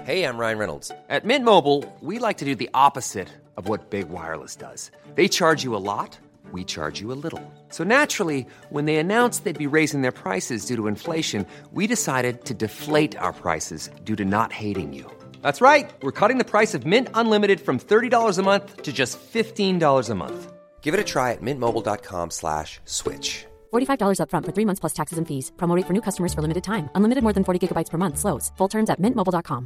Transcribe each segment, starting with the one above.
Hey, I'm Ryan Reynolds. At Mint Mobile, we like to do the opposite of what Big Wireless does. They charge you a lot, we charge you a little. So naturally, when they announced they'd be raising their prices due to inflation, we decided to deflate our prices due to not hating you. That's right. We're cutting the price of Mint Unlimited from $30 a month to just $15 a month. Give it a try at mintmobile.com/switch. $45 up front for 3 months plus taxes and fees. Promo rate for new customers for limited time. Unlimited more than 40 gigabytes per month. Slows full terms at mintmobile.com.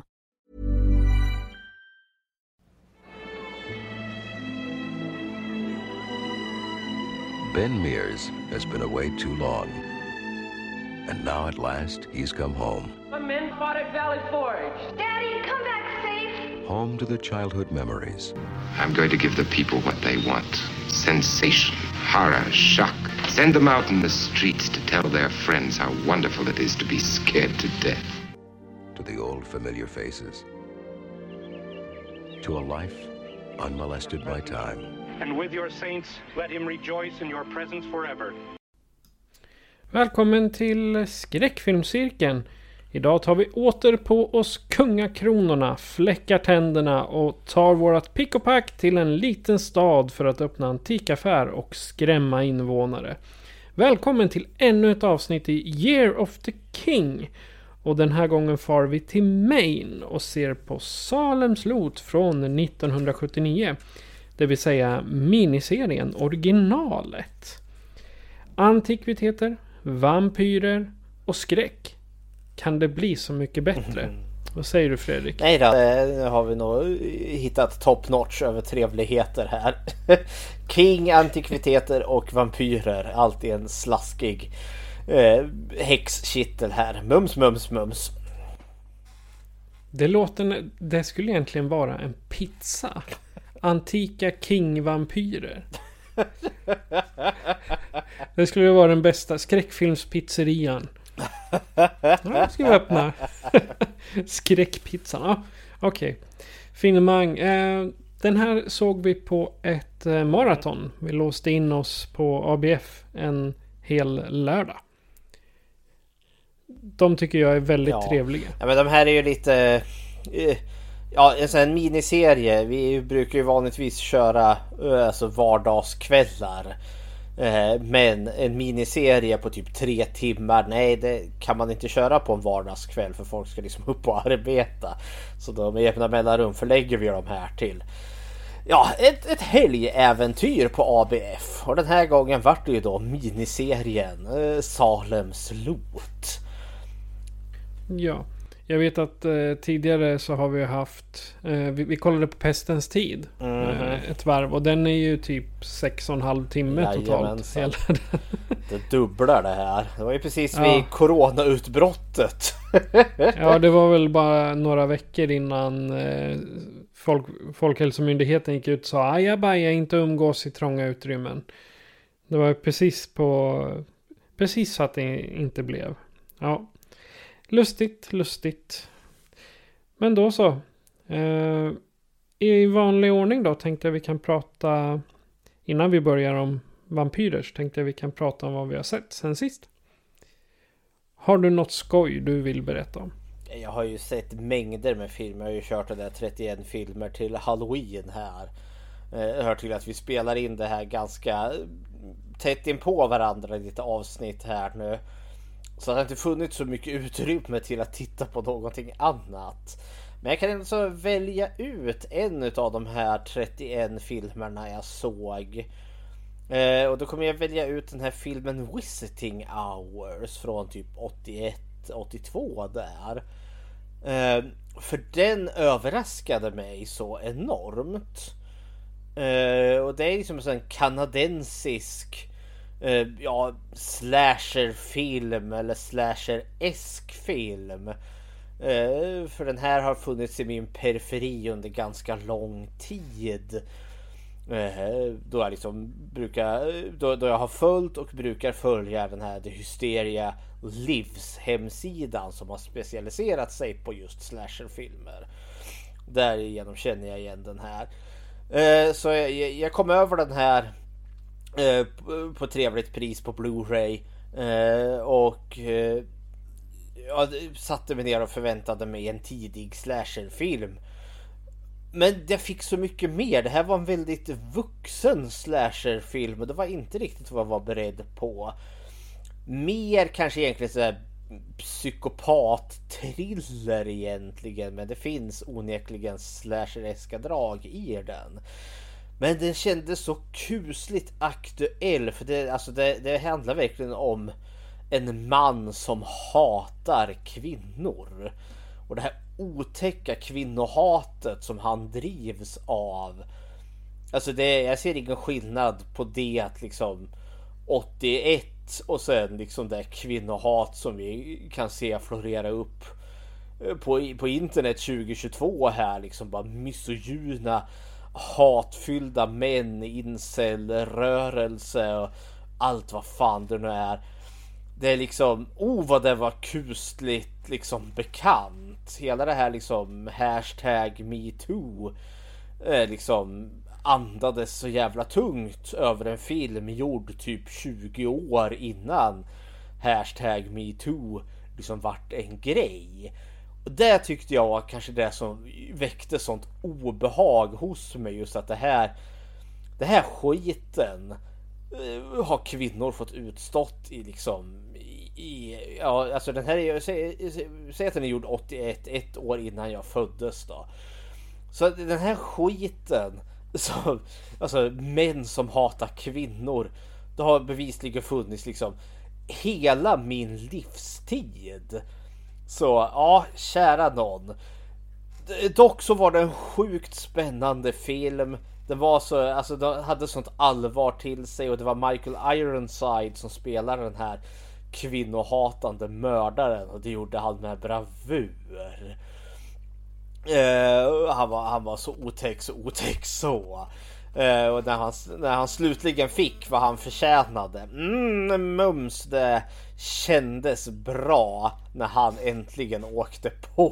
Ben Mears has been away too long. And now at last, he's come home. The men fought at Valley Forge. Daddy, come back safe. Home to the childhood memories. I'm going to give the people what they want. Sensation, horror, shock. Send them out in the streets to tell their friends how wonderful it is to be scared to death. To the old familiar faces. To a life unmolested by time. And with your saints, let him rejoice in your presence forever. Välkommen till skräckfilmscirkeln. Idag tar vi åter på oss kungakronorna, fläckar tänderna och tar vårat pick och pack till en liten stad för att öppna antikaffär och skrämma invånare. Välkommen till ännu ett avsnitt i Year of the King. Och den här gången far vi till Maine och ser på Salems lot från 1979. Det vill säga miniserien, originalet. Antikviteter, vampyrer och skräck. Kan det bli så mycket bättre? Vad säger du, Fredrik? Nej då, nu har vi nog hittat top notch över trevligheter här. King, antikviteter och vampyrer. Allt i en slaskig häxkittel här. Mums, mums, mums. Det skulle egentligen vara en pizza. Antika King-vampyrer. Det skulle vara den bästa skräckfilmspizzerian. Ja, ska vi öppna skräckpizzan. Ja, okej. Finemang. Den här såg vi på ett maraton. Vi låste in oss på ABF en hel lördag. De tycker jag är väldigt trevliga. Ja, men de här är ju lite... Ja, en sån här miniserie. Vi brukar ju vanligtvis köra alltså vardagskvällar. Men en miniserie på typ 3 timmar, nej, det kan man inte köra på en vardagskväll, för folk ska liksom upp och arbeta. Så då med jämna mellanrum förlägger vi de här till ett helgäventyr på ABF. Och den här gången vart det ju då miniserien Salems lot. Ja, jag vet att tidigare så har vi haft vi kollade på Pestens tid ett varv, och den är ju typ 6,5 timme totalt. Det dubblar det här. Det var ju precis vid coronautbrottet. Ja, det var väl bara några veckor innan Folkhälsomyndigheten gick ut och sa ajabaja, inte umgås i trånga utrymmen. Det var precis så att det inte blev. Ja. Lustigt. Men då så. I vanlig ordning då tänkte jag vi kan prata, innan vi börjar om vampyrer, så tänkte jag vi kan prata om vad vi har sett sen sist. Har du något skoj du vill berätta om? Jag har ju sett mängder med filmer. Jag har ju kört det där 31 filmer till Halloween här. Jag hör till att vi spelar in det här ganska tätt in på varandra i lite avsnitt här nu. Så det har inte funnits så mycket utrymme till att titta på någonting annat. Men jag kan alltså välja ut en av de här 31 filmerna jag såg. Och då kommer jag välja ut den här filmen Visiting Hours från typ 81-82 där. För den överraskade mig så enormt. Och det är liksom en sån kanadensisk slasherfilm eller slasher-esk film. För den här har funnits i min periferi under ganska lång tid. Då jag liksom då jag har följt och brukar följa den här The Hysteria Lives hemsidan som har specialiserat sig på just slasherfilmer. Därigenom känner jag igen den här. Så jag kom över den här på trevligt pris på Blu-ray och jag satte mig ner och förväntade mig en tidig slasherfilm. Men det fick så mycket mer. Det här var en väldigt vuxen slasherfilm och det var inte riktigt vad jag var beredd på. Mer kanske egentligen så här psykopat-thriller egentligen, men det finns onekligen slashereska drag i den. Men den kändes så kusligt aktuell, för det handlar verkligen om en man som hatar kvinnor. Och det här otäcka kvinnohatet som han drivs av. Alltså jag ser ingen skillnad på det att liksom 81 och sen liksom det kvinnohat som vi kan se florera upp på internet 2022 här, liksom bara misogyna, hatfyllda män, incel-rörelse och allt vad fan det nu är. Det är liksom, vad det var kusligt liksom bekant. Hela det här liksom #MeToo liksom andades så jävla tungt över en film gjord typ 20 år innan #MeToo liksom vart en grej. Och det tyckte jag var kanske det som väckte sånt obehag hos mig, just att det här skiten har kvinnor fått utstått i liksom ja, alltså den här säg att den är gjord 81, ett år innan jag föddes då. Så den här skiten så, alltså män som hatar kvinnor, det har bevisligen funnits liksom hela min livstid. Så ja, kära någon. Dock så var det en sjukt spännande film. Det var så, alltså det hade sånt allvar till sig, och det var Michael Ironside som spelade den här kvinnohatande mördaren, och det gjorde han med bravur. Han var så otäck så. Och när han slutligen fick vad han förtjänade, mums, det kändes bra när han äntligen åkte på.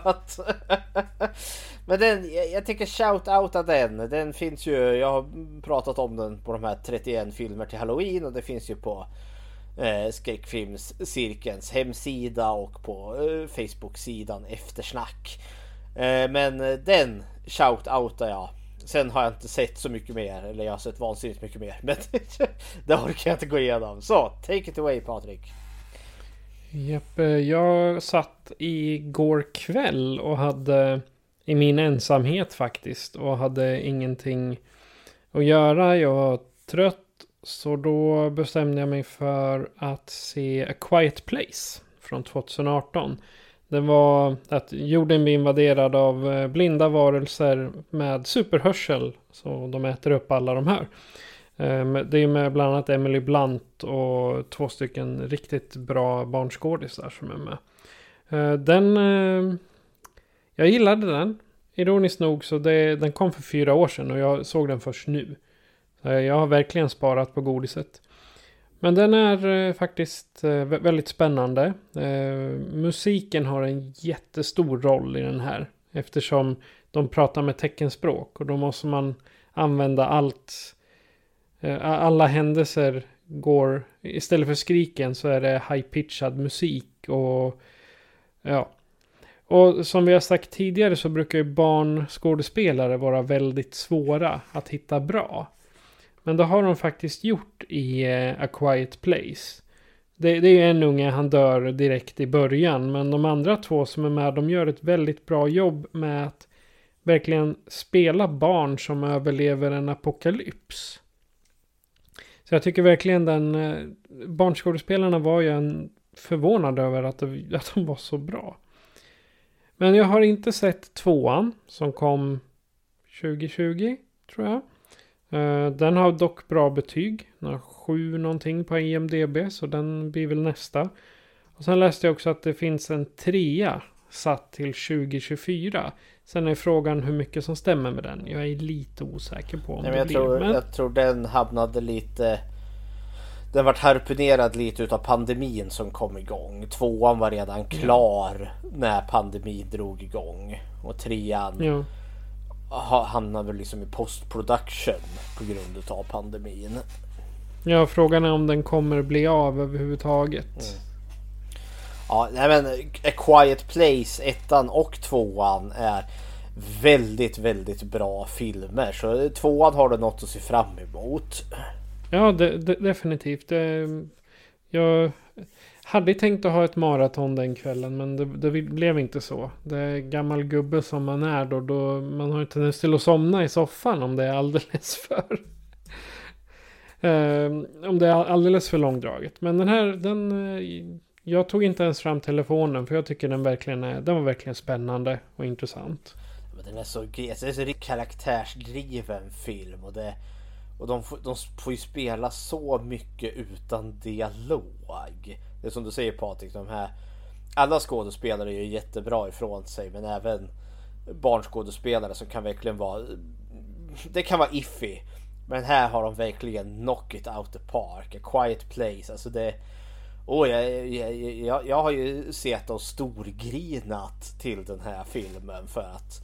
Men jag tänker shout-outa den finns ju, jag har pratat om den på de här 31 filmer till Halloween, och det finns ju på Skräckfilmscirkelns hemsida och på Facebook-sidan Eftersnack. Men den shout-outar jag. Sen har jag inte sett så mycket mer, eller jag har sett vansinnigt mycket mer, men det orkar jag inte gå igenom. Så, take it away, Patrik. Japp, jag satt igår kväll och hade i min ensamhet faktiskt, och hade ingenting att göra. Jag var trött, så då bestämde jag mig för att se A Quiet Place från 2018. Det var att jorden blir invaderad av blinda varelser med superhörsel. Så de äter upp alla de här. Det är med bland annat Emily Blunt och 2 stycken riktigt bra barnskådisar som är med. Jag gillade den. Ironiskt nog, så den kom för 4 år sedan och jag såg den först nu. Jag har verkligen sparat på godiset. Men den är faktiskt väldigt spännande. Musiken har en jättestor roll i den här. Eftersom de pratar med teckenspråk. Och då måste man använda allt. Alla händelser går. Istället för skriken så är det high-pitchad musik. Och ja. Och som vi har sagt tidigare så brukar ju barnskådespelare vara väldigt svåra att hitta bra. Men det har de faktiskt gjort i A Quiet Place. Det är ju en unge, han dör direkt i början. Men de andra 2 som är med, de gör ett väldigt bra jobb med att verkligen spela barn som överlever en apokalyps. Så jag tycker verkligen barnskådespelarna var ju förvånad över att de var så bra. Men jag har inte sett 2:an som kom 2020 tror jag. Den har dock bra betyg. Den har 7 någonting på IMDb. Så den blir väl nästa. Och sen läste jag också att det finns en 3 satt till 2024. Sen är frågan hur mycket som stämmer med den. Jag är lite osäker på om det blir. Jag tror den hamnade lite... Den var harpunerad lite utav pandemin som kom igång. 2:an var redan klar när pandemin drog igång. Och 3:an... hamnar väl liksom i postproduktion på grund av pandemin. Ja, frågan är om den kommer bli av överhuvudtaget. Ja, nej men A Quiet Place 1:an och 2:an är väldigt, väldigt bra filmer. Så 2:an har du något att se fram emot. Ja, definitivt. Jag hade tänkt att ha ett maraton den kvällen, men det blev inte så. Det är gammal gubbe som man är då man har en tendens till att somna i soffan om det är alldeles för om det är alldeles för långdraget. Men jag tog inte ens fram telefonen, för jag tycker den var verkligen spännande och intressant. Men den är så karaktärsdriven film, och de får ju spela så mycket utan dialog. Det är som du säger, Patrik, alla skådespelare är ju jättebra ifrån sig, men även barnskådespelare som kan verkligen vara iffy. Men här har de verkligen knock it out the park. A Quiet Place, alltså det... jag har ju sett och storgrinat till den här filmen, för att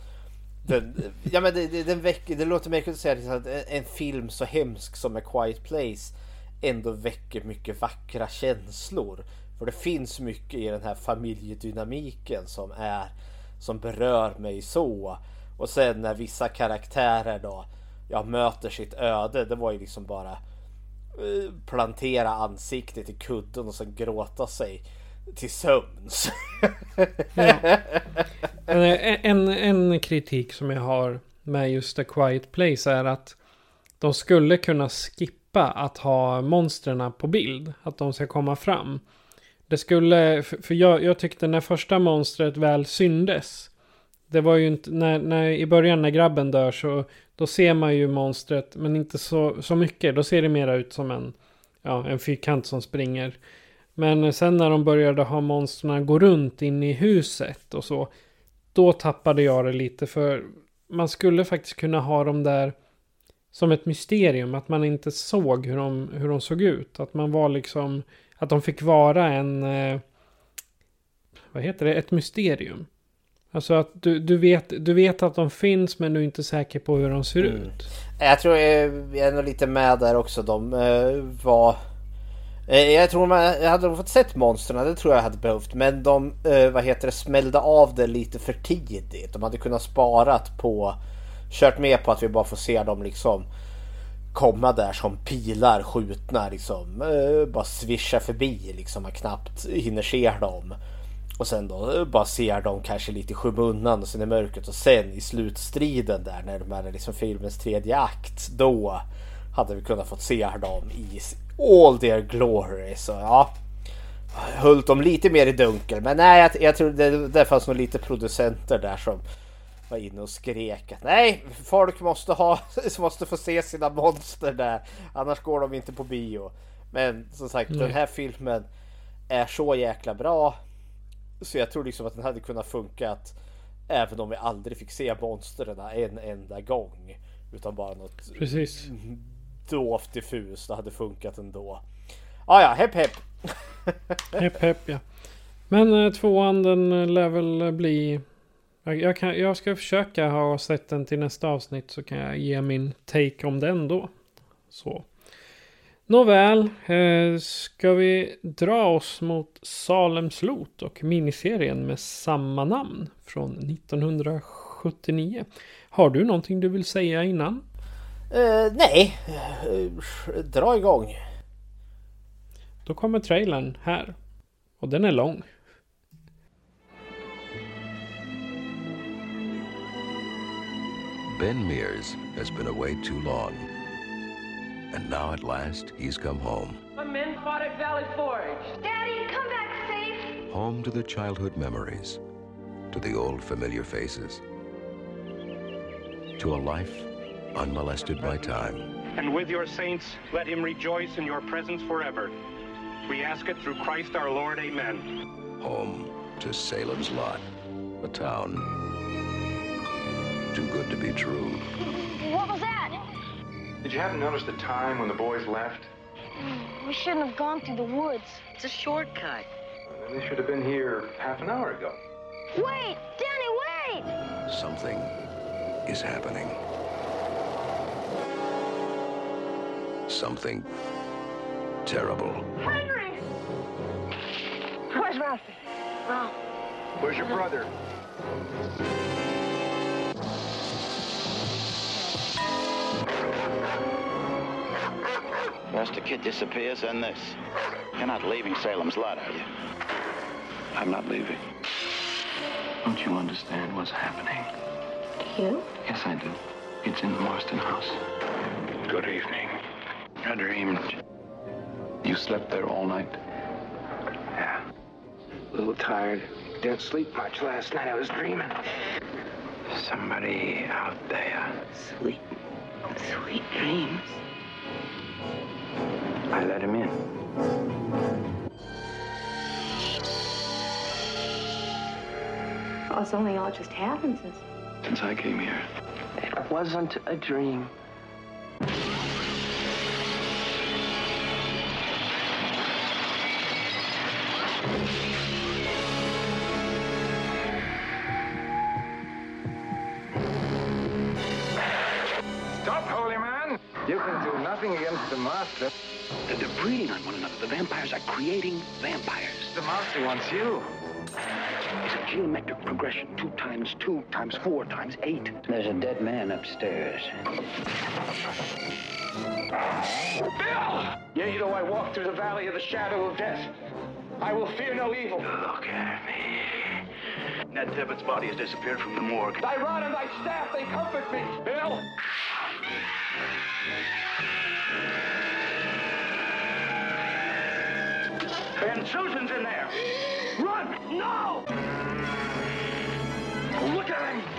det låter märkligt att säga att en film så hemsk som A Quiet Place ändå väcker mycket vackra känslor. För det finns mycket i den här familjedynamiken som berör mig så. Och sen när vissa karaktärer då möter sitt öde, det var ju liksom bara plantera ansiktet i kudden och sen gråta sig till sömns. Ja. En kritik som jag har med just A Quiet Place är att de skulle kunna skippa att ha monstren på bild, att de ska komma fram. Det skulle, för jag tyckte när första monstret väl syndes, det var ju inte när i början när grabben dör, så då ser man ju monstret, men inte så mycket. Då ser det mer ut som en fyrkant som springer. Men sen när de började ha monstren gå runt in i huset och så, då tappade jag det lite. För man skulle faktiskt kunna ha dem där som ett mysterium, att man inte såg hur de såg ut. Att man var liksom, att de fick vara ett mysterium. Alltså att du vet att de finns, men du är inte säker på hur de ser ut. Jag tror jag är nog lite med där också. Jag tror jag hade fått sett monstren, det tror jag hade behövt. Men de smällde av det lite för tidigt. De hade kunnat kört med på att vi bara får se dem liksom komma där som pilar skjutna, liksom bara svischa förbi, liksom man knappt hinner se dem. Och sen då bara ser de kanske lite i skymundan och sen i mörkret, och sen i slutstriden där när de är liksom filmens tredje akt, då hade vi kunnat fått se dem i all their glory. Så ja, höll dem lite mer i dunkel. Men nej, jag tror det fanns nog lite producenter där som var inne och skrek att nej, folk måste få se sina monster där, annars går de inte på bio. Men som sagt, den här filmen är så jäkla bra, så jag tror liksom att den hade kunnat funka även om vi aldrig fick se monstren en enda gång, utan bara något dovt diffus. Det hade funkat ändå. Ja, hepp hepp. Hepp, ja. Men tvåan, den lär väl bli... Jag ska försöka ha sett den till nästa avsnitt, så kan jag ge min take om den då. Så. Nåväl, ska vi dra oss mot Salems lot och miniserien med samma namn från 1979. Har du någonting du vill säga innan? Nej, dra igång. Då kommer trailern här, och den är lång. Ben Mears has been away too long. And now at last, he's come home. My men fought at Valley Forge. Daddy, come back safe. Home to the childhood memories. To the old familiar faces. To a life unmolested by time. And with your saints, let him rejoice in your presence forever. We ask it through Christ our Lord. Amen. Home to Salem's Lot. A town too good to be true. What was that? Did you happen to notice the time when the boys left? We shouldn't have gone through the woods. It's a shortcut. They should have been here half an hour ago. Wait! Danny, wait! Something is happening. Something terrible. Henry! Where's Ralphie? Ralph. Where's your brother? First the kid disappears, then this. You're not leaving Salem's Lot, are you? I'm not leaving. Don't you understand what's happening? You? Yes, I do. It's in the Marston house. Good evening. I dreamed. You slept there all night? Yeah. A little tired. Didn't sleep much last night. I was dreaming. Somebody out there. Sweet dreams. I let him in. Oh, it's only all just happened Since I came here. It wasn't a dream. Stop, holy man! You can do nothing against the master. They're breeding on one another. The vampires are creating vampires. The master wants you. It's a geometric progression. 2 times 2 times 4 times 8. There's a dead man upstairs. Bill! Yea, though I walk through the valley of the shadow of death, I will fear no evil. Look at me. Ned Tibbett's body has disappeared from the morgue. Thy rod and thy staff, they comfort me. Bill! And Susan's in there. Run! No! Look at him!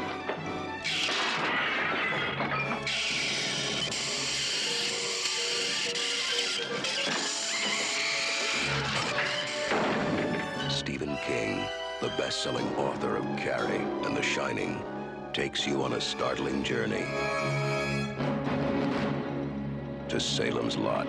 Stephen King, the best-selling author of Carrie and The Shining, takes you on a startling journey to Salem's Lot.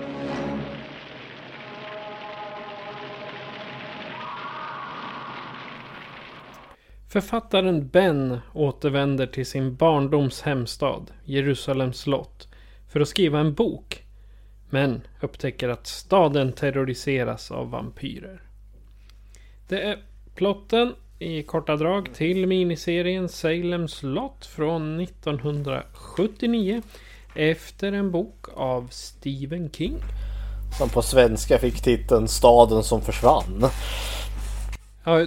Författaren Ben återvänder till sin barndoms hemstad, Jerusalems slott, för att skriva en bok. Men upptäcker att staden terroriseras av vampyrer. Det är plotten i korta drag till miniserien Salem's Lot från 1979 efter en bok av Stephen King. Som på svenska fick titeln Staden som försvann. Ja,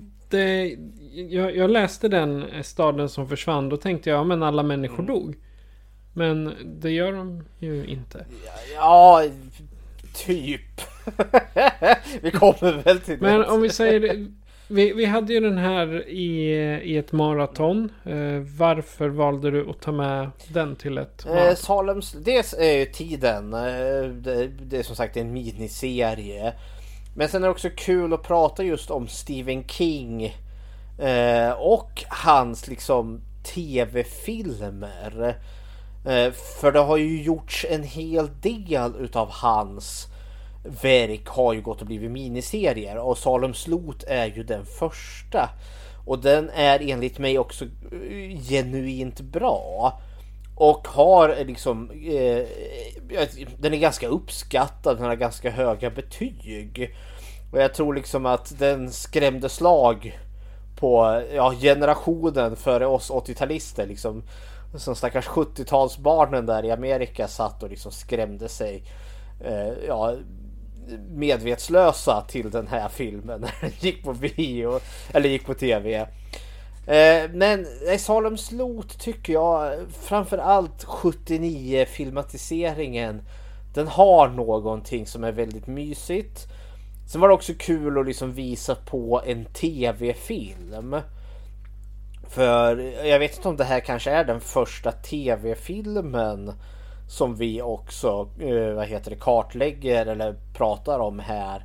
jag läste den Staden som försvann. Då tänkte jag, men alla människor dog. Men det gör de ju inte. Ja, typ. Vi kommer väl till det. Men om vi säger vi hade ju den här i ett maraton. Varför valde du att ta med den till ett maraton? Salems, det är ju tiden. Det är som sagt en miniserie. Men sen är det också kul att prata just om Stephen King och hans liksom tv-filmer. För det har ju gjorts en hel del utav hans verk har ju gått och blivit miniserier. Och Salem's Lot är ju den första. Och den är enligt mig också genuint bra. Och har liksom den är ganska uppskattad. Den har ganska höga betyg. Och jag tror liksom att den skrämde slag på generationen före oss 80-talister liksom. Som stackars 70-talsbarnen där i Amerika satt och liksom skrämde sig medvetslösa till den här filmen när den gick på bio eller gick på tv. Men Salem's Lot tycker jag framförallt 79 filmatiseringen, den har någonting som är väldigt mysigt. Sen var det också kul att liksom visa på en tv-film. För jag vet inte om det här kanske är den första tv-filmen som vi också kartlägger eller pratar om här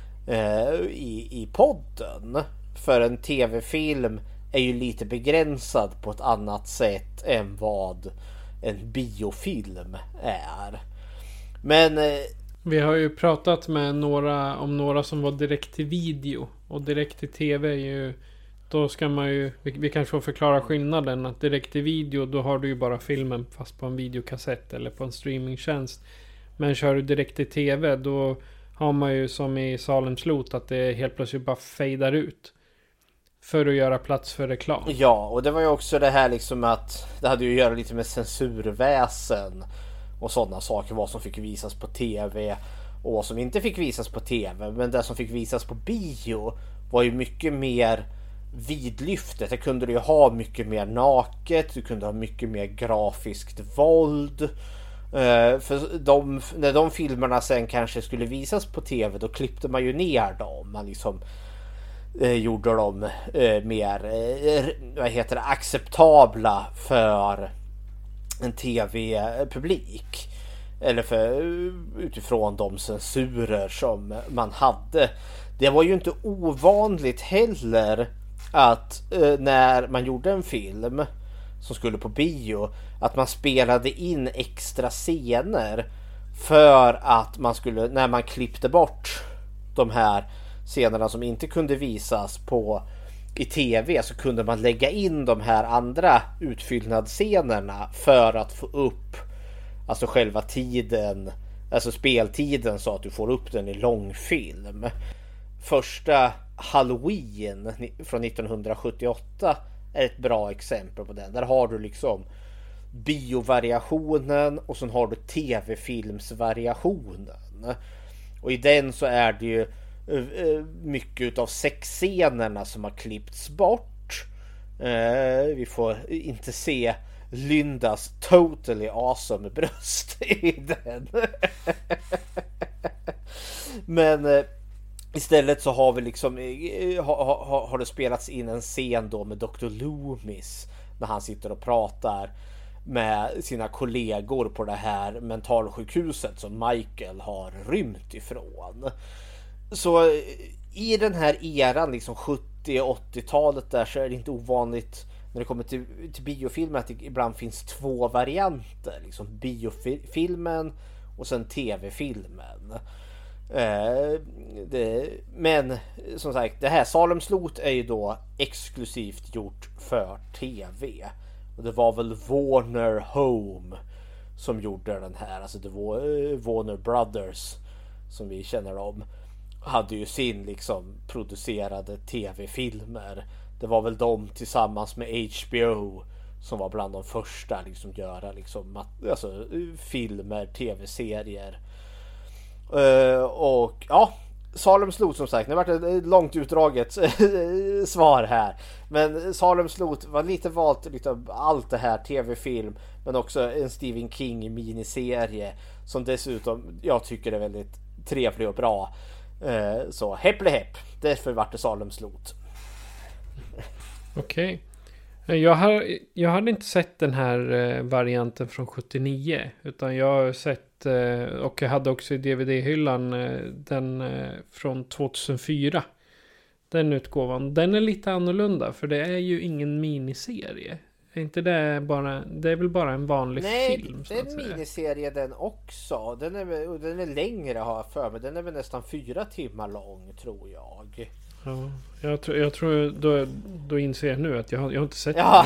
i podden. För en tv-film är ju lite begränsad på ett annat sätt än vad en biofilm är. Men vi har ju pratat med några som var direkt till video. Och direkt till tv är ju, då ska man ju, vi kanske får förklara skillnaden. Att direkt till video, då har du ju bara filmen fast på en videokassett eller på en streamingtjänst. Men kör du direkt till tv, då har man ju som i Salems lot att det helt plötsligt bara fejdar ut. För att göra plats för reklam. Ja, och det var ju också det här liksom att det hade ju att göra lite med censurväsen och sådana saker. Vad som fick visas på tv och vad som inte fick visas på tv. Men det som fick visas på bio var ju mycket mer vidlyftet. Det kunde du ju ha mycket mer naket. Du kunde ha mycket mer grafiskt våld. För när de filmerna sen kanske skulle visas på tv, då klippte man ju ner dem. Man liksom gjorde dem mer acceptabla för en tv-publik. Eller utifrån de censurer som man hade. Det var ju inte ovanligt heller att när man gjorde en film som skulle på bio, att man spelade in extra scener för att man skulle, när man klippte bort de här scenerna som inte kunde visas i tv, så kunde man lägga in de här andra utfyllnadsscenerna för att få upp alltså själva tiden, alltså speltiden, så att du får upp den i långfilm. Första Halloween från 1978 är ett bra exempel på den. Där har du liksom biovariationen och sen har du tv-filmsvariationen. Och i den så är det ju mycket av sexscenerna som har klippts bort. Vi får inte se Lindas totally awesome bröst i den. Men istället så har vi liksom har det spelats in en scen då med Dr. Loomis när han sitter och pratar med sina kollegor på det här mentalsjukhuset som Michael har rymt ifrån. Så i den här eran liksom 70- och 80-talet där, så är det inte ovanligt när det kommer till biofilmer att det ibland finns två varianter, liksom biofilmen och sen tv-filmen. Men som sagt, det här Salems lot är ju då exklusivt gjort för tv. Och det var väl Warner Home som gjorde den här. Alltså det var Warner Brothers som vi känner om. Hade ju sin liksom producerade tv-filmer. Det var väl de tillsammans med HBO som var bland de första liksom göra liksom alltså filmer, tv-serier. Och ja, Salems lot som sagt, det har varit ett långt utdraget svar här. Men Salems lot var lite valt liksom allt det här, tv-film, men också en Stephen King miniserie som dessutom jag tycker är väldigt trevlig och bra. Så hepp, därför vart det Salems lot. Okej. Jag hade inte sett den här varianten från 79, utan jag har sett, och jag hade också i DVD-hyllan den från 2004. Den utgåvan. Den är lite annorlunda, för det är ju ingen miniserie. Är inte det bara, det är väl bara en vanlig film? Nej, det är en miniserie den också. Den är längre har jag för mig. Den är väl nästan 4 timmar lång, tror jag. Ja, jag tror då inser jag nu att jag har inte sett den. Jag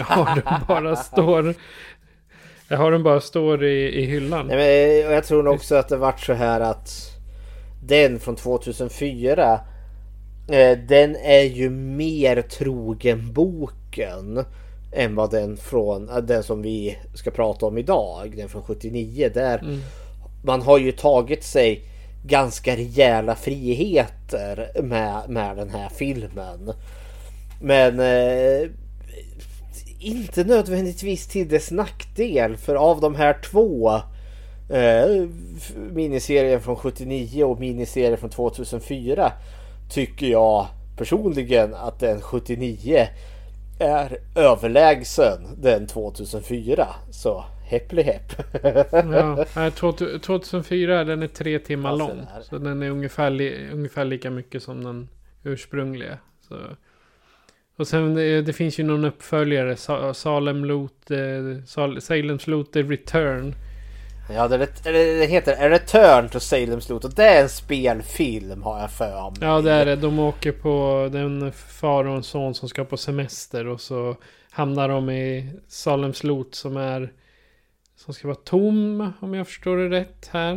har den bara står i hyllan. Nej, men jag tror nog också att det varit så här att den från 2004 den är ju mer trogen boken än vad den som vi ska prata om idag, den från 79, där man har ju tagit sig ganska rejäla friheter med den här filmen. Men inte nödvändigtvis till dess nackdel, för av de här två miniserien från 79 och miniserien från 2004 tycker jag personligen att den 79 är överlägsen den 2004. Så hepp. Ja, 2004 den är 3 timmar lång. Så den är ungefär lika mycket som den ursprungliga. Så. Och sen det finns ju någon uppföljare, Salems lot The Return. Ja, det heter Return to Salem's Lot, och det är en spelfilm har jag för mig. Ja, det är det. De åker på den far och en son som ska på semester, och så hamnar de i Salems lot som ska vara tom, om jag förstår det rätt här.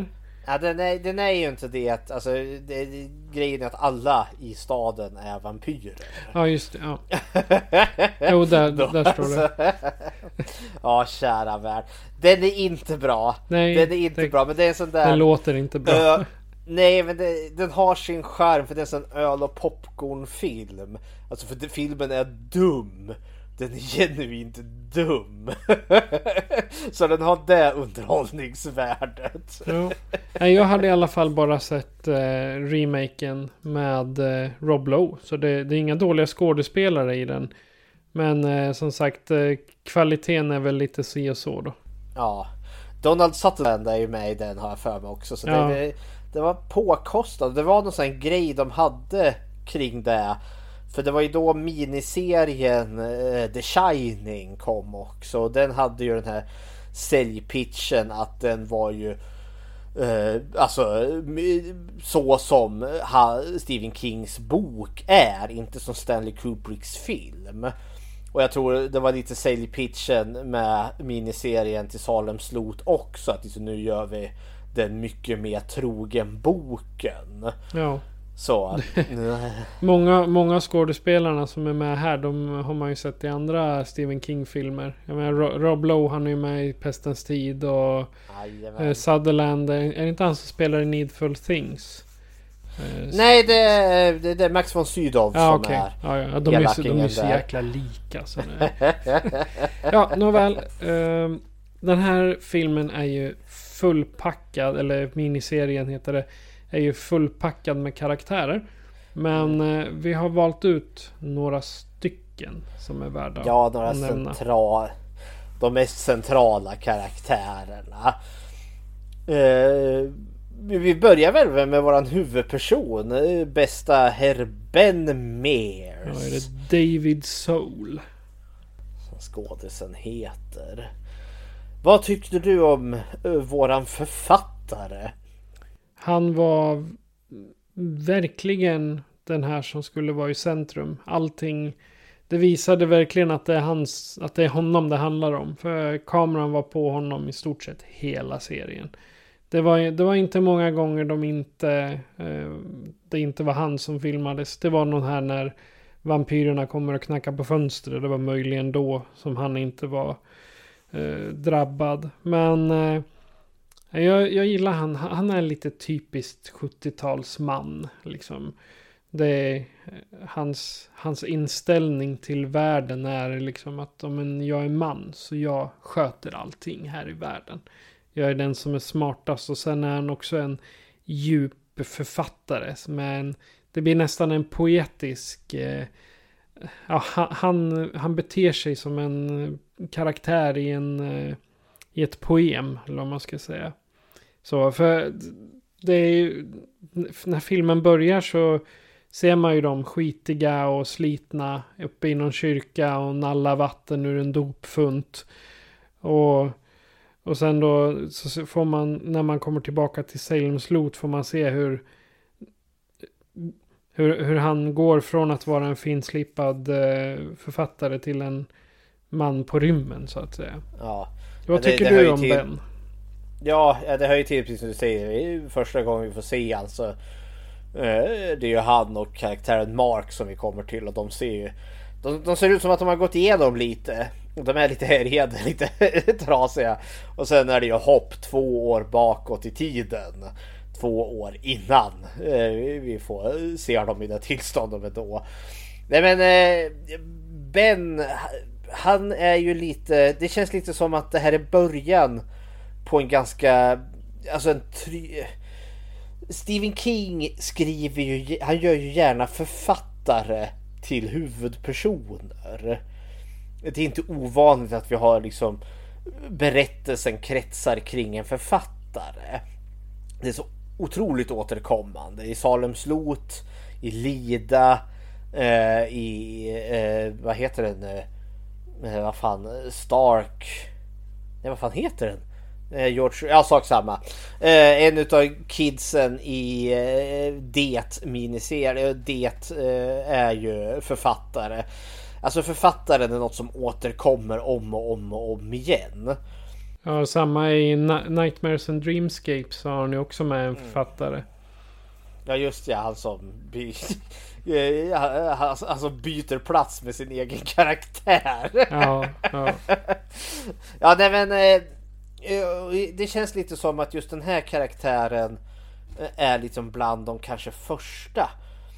Ja, den är ju inte det. Alltså, grejen är att alla i staden är vampyrer. Ja, just det. Ja. Jo, där står det. Ja, kära värld. Den är inte bra. Nej, den är inte bra, men det är en sån där... Den låter inte bra. Nej, men den har sin charm, för det är en sån öl- och popcornfilm. Alltså, för filmen är dum. Den är genuint dum. Så den har det underhållningsvärdet. Ja. Jag hade i alla fall bara sett remaken med Rob Lowe. Så det är inga dåliga skådespelare i den. Men som sagt, kvaliteten är väl lite si och så då. Ja, Donald Sutherland är ju med i den, har jag för mig också. Så ja. Det var påkostat. Det var någon sån här grej de hade kring det. För det var ju då miniserien The Shining kom också. Den hade ju den här säljpitchen att den var ju alltså så som Stephen Kings bok är, inte som Stanley Kubricks film. Och jag tror det var lite säljpitchen med miniserien till Salem Slot också, att liksom, nu gör vi den mycket mer trogen boken. Ja. Så. många skådespelarna som är med här, de har man ju sett i andra Stephen King-filmer. Jag menar, Rob Lowe, han är ju med i Pestens tid, och Sutherland, är det inte han som spelar i Needful Things? Nej, det är Max von Sydow som är. Ja, de är ju så jäkla lika. Så ja, nåväl. Den här filmen är ju fullpackad, eller miniserien heter det, är ju fullpackad med karaktärer. Men vi har valt ut några stycken som är värda att nämna. De mest centrala karaktärerna. Vi börjar väl med våran huvudperson, bästa herr Ben Mears. Ja, är det David Soul som skådisen heter. Vad tyckte du om våran författare? Han var verkligen den här som skulle vara i centrum. Allting, det visade verkligen att det är honom det handlar om. För kameran var på honom i stort sett hela serien. Det var inte många gånger det inte var han som filmades. Det var någon här när vampyrerna kommer och knackar på fönstret. Det var möjligen då som han inte var drabbad. Men jag gillar han. Han är lite typiskt 70-talsman. Liksom. Det är, hans inställning till världen är liksom att om jag är man så jag sköter allting här i världen. Jag är den som är smartast, och sen är han också en djup författare. Det blir nästan en poetisk... han beter sig som en karaktär i ett poem, eller vad man ska säga. Så för det är ju, när filmen börjar så ser man ju dem skitiga och slitna uppe i någon kyrka och nalla vatten ur en dopfunt. Och sen då så får man, när man kommer tillbaka till Salem Slot, får man se hur han går från att vara en finslipad författare till en man på rymmen, så att säga. Ja. Vad tycker du om Ben? Ja, det hör ju till, precis som du säger. Det är första gången vi får se han, så det är ju han och karaktären Mark som vi kommer till, och de ser ju de ser ut som att de har gått igenom lite. De är lite härjade, lite trasiga. Och sen är det ju hopp 2 år bakåt i tiden. 2 år innan vi får se dem i det tillståndet då. Nej, men Ben, han är ju lite... Det känns lite som att det här är början på en ganska... Alltså Stephen King skriver ju... Han gör ju gärna författare till huvudpersoner. Det är inte ovanligt att vi har liksom berättelsen kretsar kring en författare. Det är så otroligt återkommande. I Salem Slot, i Lida, vad heter den? Vad fan? Stark. Nej, vad fan heter den? George, ja, sak samma. En utav kidsen i Det-miniserie. Det är ju författare. Alltså författaren är något som återkommer om och om igen. Ja, samma i Nightmares and Dreamscapes har han ju också med en författare. Ja just det, han som alltså byter plats med sin egen karaktär. Ja. Ja, nej men det känns lite som att just den här karaktären är liksom bland de kanske första.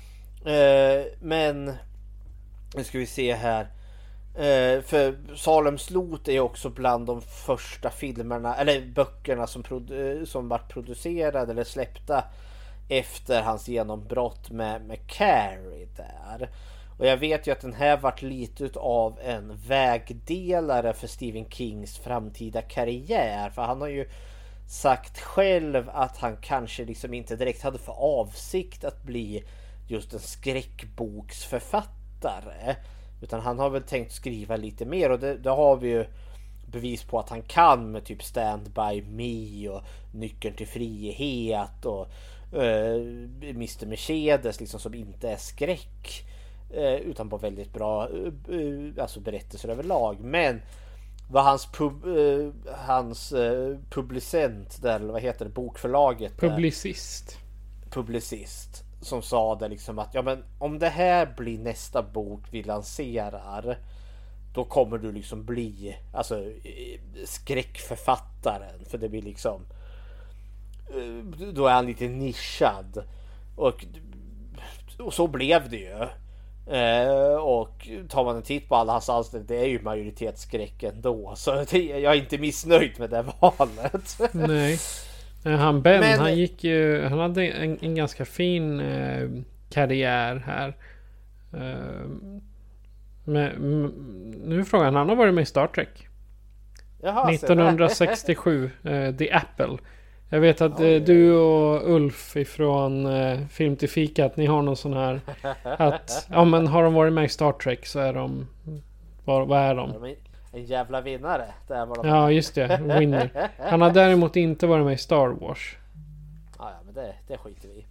Men nu ska vi se här. För Salems lot är också bland de första filmerna eller böckerna som varit producerade eller släppta efter hans genombrott med Carrie där. Och jag vet ju att den här varit lite av en vägdelare för Stephen Kings framtida karriär. För han har ju sagt själv att han kanske liksom inte direkt hade för avsikt att bli just en skräckboksförfattare. Utan han har väl tänkt skriva lite mer, och det har vi ju bevis på att han kan med typ Stand By Me och Nyckeln till frihet och Mr. Mercedes liksom, som inte är skräck utan bara väldigt bra alltså berättelser överlag. Men vad hans publicent där, eller vad heter det, bokförlaget där, publicist som sa det liksom att ja, men om det här blir nästa bok vi lanserar, då kommer du liksom bli alltså skräckförfattaren, för det blir liksom då är han lite nischad, och så blev det ju. Och tar man en titt på alla hans alster, det är ju majoritetsskräck ändå, så jag är inte missnöjd med det valet. Nej. Han han hade en ganska fin karriär här. Nu är frågan, han har varit med i Star Trek. Jaha, 1967, The Apple. Jag vet att du och Ulf ifrån Film till fikat, ni har någon sån här att ja, men har de varit med i Star Trek så är de vad är de? En jävla vinnare. Där var de. Ja, just det. Winner. Han har däremot inte varit med i Star Wars. Ja, men det skiter vi i.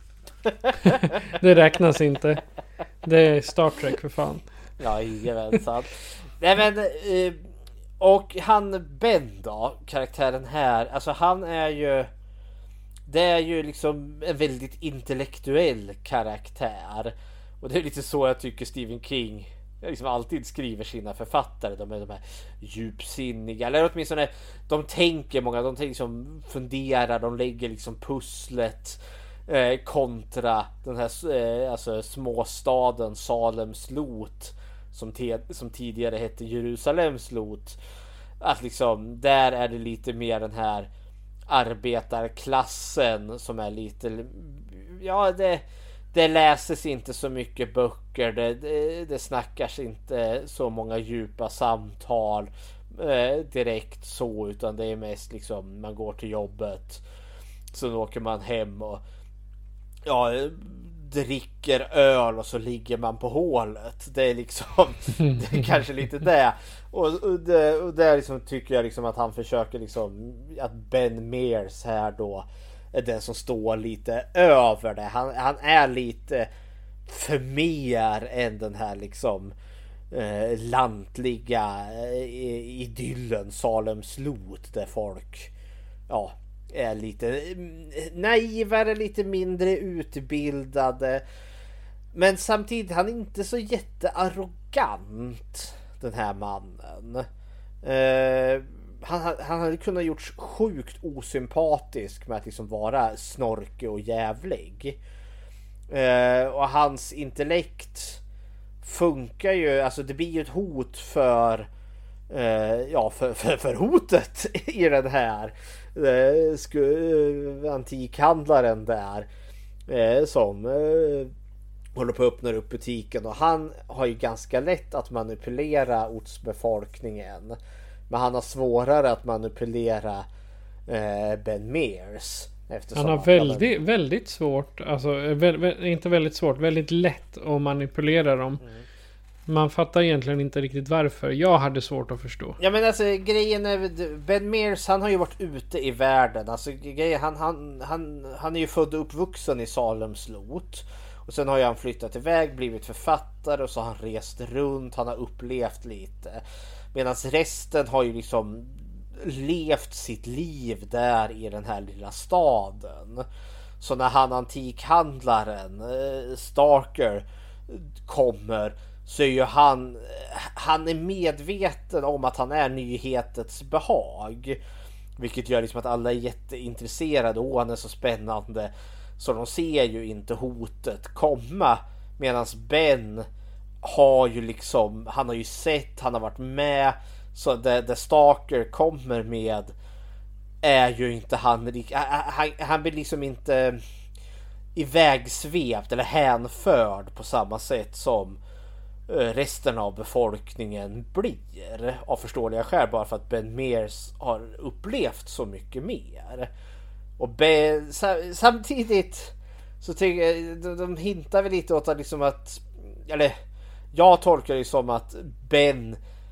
Det räknas inte. Det är Star Trek för fan. Ja, jajamensan. Nej men och han Ben då, karaktären här, alltså han är ju, det är ju liksom en väldigt intellektuell karaktär. Och det är lite så jag tycker Stephen King liksom alltid skriver sina författare. De är de här djupsinniga, eller åtminstone de tänker många, de liksom funderar, de lägger liksom pusslet kontra den här alltså småstaden Salems lot som tidigare hette Jerusalems lot. Att liksom där är det lite mer den här arbetarklassen som är lite, ja, det läses inte så mycket böcker, det snackas inte så många djupa samtal direkt så, utan det är mest liksom man går till jobbet, så åker man hem och ja, dricker öl och så ligger man på hålet. Det är liksom det är kanske lite det. Och det liksom, tycker jag liksom att han försöker liksom, att Ben Mears här då är den som står lite över det. Han är lite för mer än den här liksom lantliga idyllen Salems lot, där folk är lite naivare, lite mindre utbildade, men samtidigt han är inte så jättearrogant, den här mannen. Han hade kunnat gjort sjukt osympatisk med att liksom vara snorkig och jävlig. Och hans intellekt funkar ju, alltså det blir ju ett hot för hotet i den här antikhandlaren där som håller på att öppna upp butiken, och han har ju ganska lätt att manipulera ortsbefolkningen, men han har svårare att manipulera Ben Mears. Han har väldigt svårt, alltså inte väldigt svårt, väldigt lätt att manipulera dem. Man fattar egentligen inte riktigt varför. Jag hade svårt att förstå. Ja, men alltså grejen är, Ben Mears, han har ju varit ute i världen. Alltså grejen, han är ju född och uppvuxen i Salems lot. Och sen har ju han flyttat iväg, blivit författare, och så har han rest runt, han har upplevt lite. Medan resten har ju liksom levt sitt liv där i den här lilla staden. Så när han antikhandlaren Starker kommer, så är ju han är medveten om att han är nyhetens behag. Vilket gör liksom att alla är jätteintresserade. Han är så spännande. Så de ser ju inte hotet komma. Medan Ben har ju liksom, han har ju sett, han har varit med. Så det Starker kommer med är ju inte han blir liksom inte ivägsvept eller hänförd på samma sätt som resten av befolkningen blir, av förståeliga skäl, bara för att Ben Mears har upplevt så mycket mer. Och samtidigt så tycker jag de hintar väl lite åt att liksom att, eller jag tolkar det som att Ben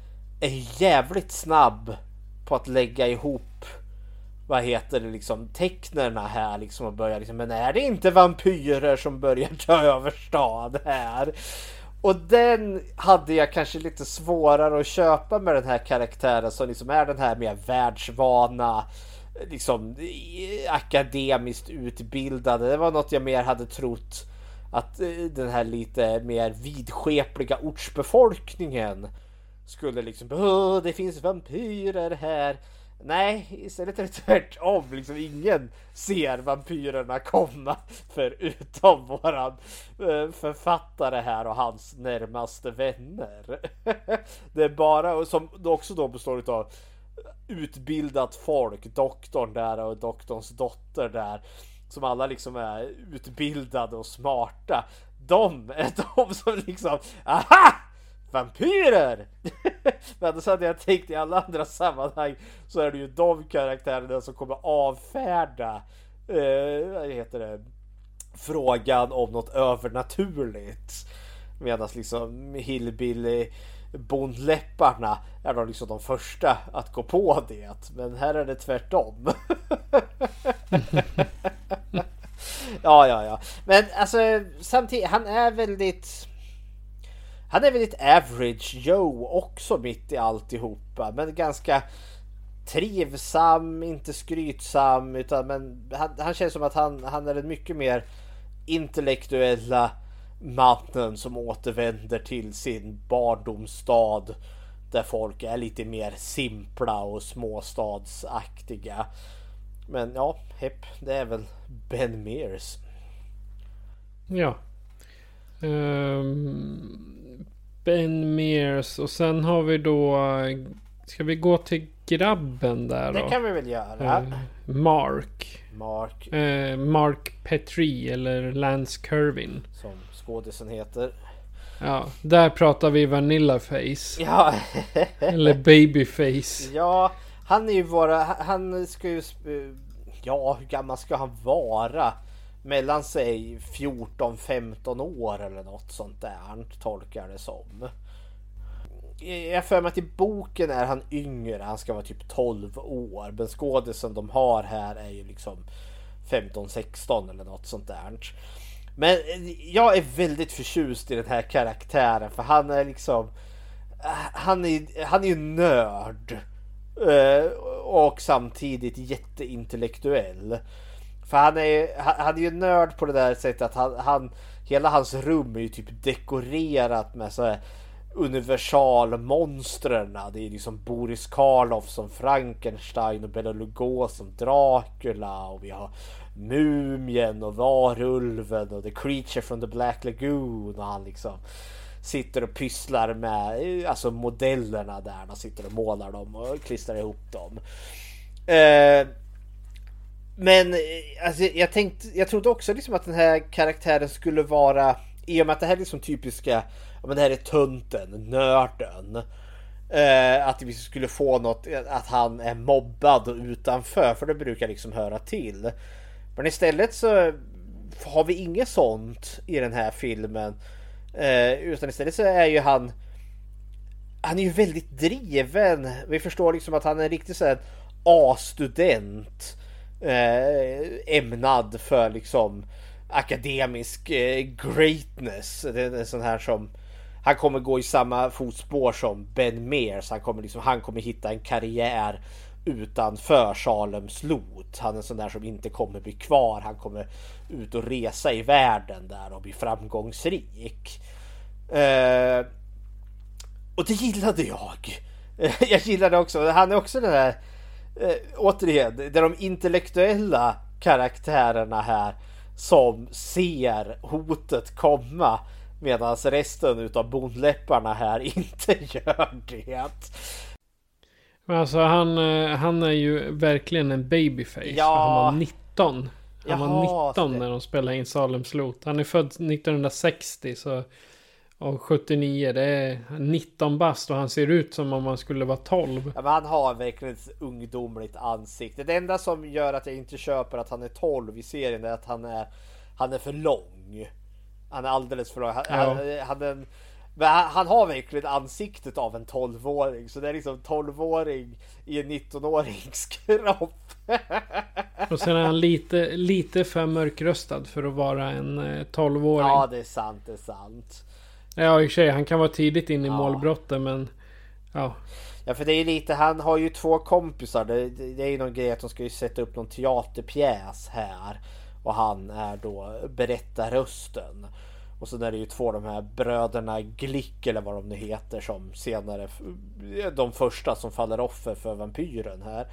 är jävligt snabb på att lägga ihop, vad heter det, liksom tecknerna här liksom, och börja liksom, men är det inte vampyrer som börjar ta över stad här? Och den hade jag kanske lite svårare att köpa med den här karaktären som liksom är den här mer världsvana, liksom akademiskt utbildade. Det var något jag mer hade trott att den här lite mer vidskepliga ortsbefolkningen skulle liksom, det finns vampyrer här. Nej, istället är det tvärtom. Liksom, ingen ser vampyrerna komma förutom våran författare här och hans närmaste vänner. Det är bara, som också då består av utbildat folk, doktorn där och doktorns dotter där, som alla liksom är utbildade och smarta. De är de som liksom, aha! Vampyrer! Men så hade jag tänkt i alla andra sammanhang så är det ju de karaktärerna som kommer avfärda vad heter det, frågan om något övernaturligt, medan liksom hillbilly bondläpparna är de liksom de första att gå på det. Men här är det tvärtom. Ja. Men alltså samtidigt, han är väldigt average Joe också mitt i alltihopa, men ganska trivsam, inte skrytsam, utan men han känns som att han är en mycket mer intellektuella mannen som återvänder till sin barndomsstad där folk är lite mer simpla och småstadsaktiga. Men ja, det är väl Ben Mears. Ja. Ben Mears, och sen har vi då, ska vi gå till grabben där då? Det kan vi väl göra. Mark Petrie eller Lance Kervin som skådisen heter. Ja, där pratar vi Vanilla Face. Ja. Eller Babyface. Ja, han ska ju, ja, hur gammal ska han vara? Mellan sig 14-15 år eller något sånt där, tolkar det som. Jag för mig att i boken är han yngre, han ska vara typ 12 år. Men skådisen de har här är ju liksom 15-16 eller något sånt där. Men jag är väldigt förtjust i den här karaktären, för han är liksom, han är ju nörd och samtidigt jätteintellektuell. För han är ju nörd på det där sättet att hela hans rum är ju typ dekorerat med så här universalmonstren. Det är liksom Boris Karloff som Frankenstein och Bela Lugosi som Dracula, och vi har Mumien och Varulven och The Creature from the Black Lagoon, och han liksom sitter och pysslar med alltså modellerna där, han sitter och målar dem och klistrar ihop dem. Men alltså, jag trodde också liksom att den här karaktären skulle vara, i och med att det här är liksom typiska, men det här är tönten, nörden, att vi skulle få något, att han är mobbad och utanför, för det brukar liksom höra till. Men istället så har vi inget sånt i den här filmen, utan istället så är ju han är ju väldigt driven. Vi förstår liksom att han är en riktigt så här A-student, ämnad för liksom akademisk greatness. Det är en sån här som, han kommer gå i samma fotspår som Ben Mears. Han kommer hitta en karriär utanför Salems lot. Han är en sån där som inte kommer bli kvar. Han kommer ut och resa i världen där och bli framgångsrik. Och det gillade jag. Jag gillade också, han är också den här återigen, det är de intellektuella karaktärerna här som ser hotet komma, medan resten utav bondläpparna här inte gör det. Men alltså han är ju verkligen en babyface. Ja. Han var 19. Han var 19 det. när de spelade in Salems lot. Han är född 1960 så, och 79. Det är 19 bast och han ser ut som om han skulle vara 12. Ja, men han har verkligen ett ungdomligt ansikte. Det enda som gör att jag inte köper att han är 12 i serien är att han är för lång. Han är alldeles för lång. Han har verkligen ansiktet av en 12-åring. Så det är liksom 12-åring i en 19-årings kropp. Och sen är han lite för mörkröstad för att vara en 12-åring. Ja, det är sant. Ja, i och för sig, han kan vara tidigt in i målbrotten, men ja. Ja, för det är lite, han har ju 2 kompisar. Det är ju någon grej att de ska ju sätta upp någon teaterpjäs här. Och han är då berättarrösten. Och så är det ju 2 av de här bröderna Glick eller vad de nu heter, som senare, de första som faller offer för vampyren här.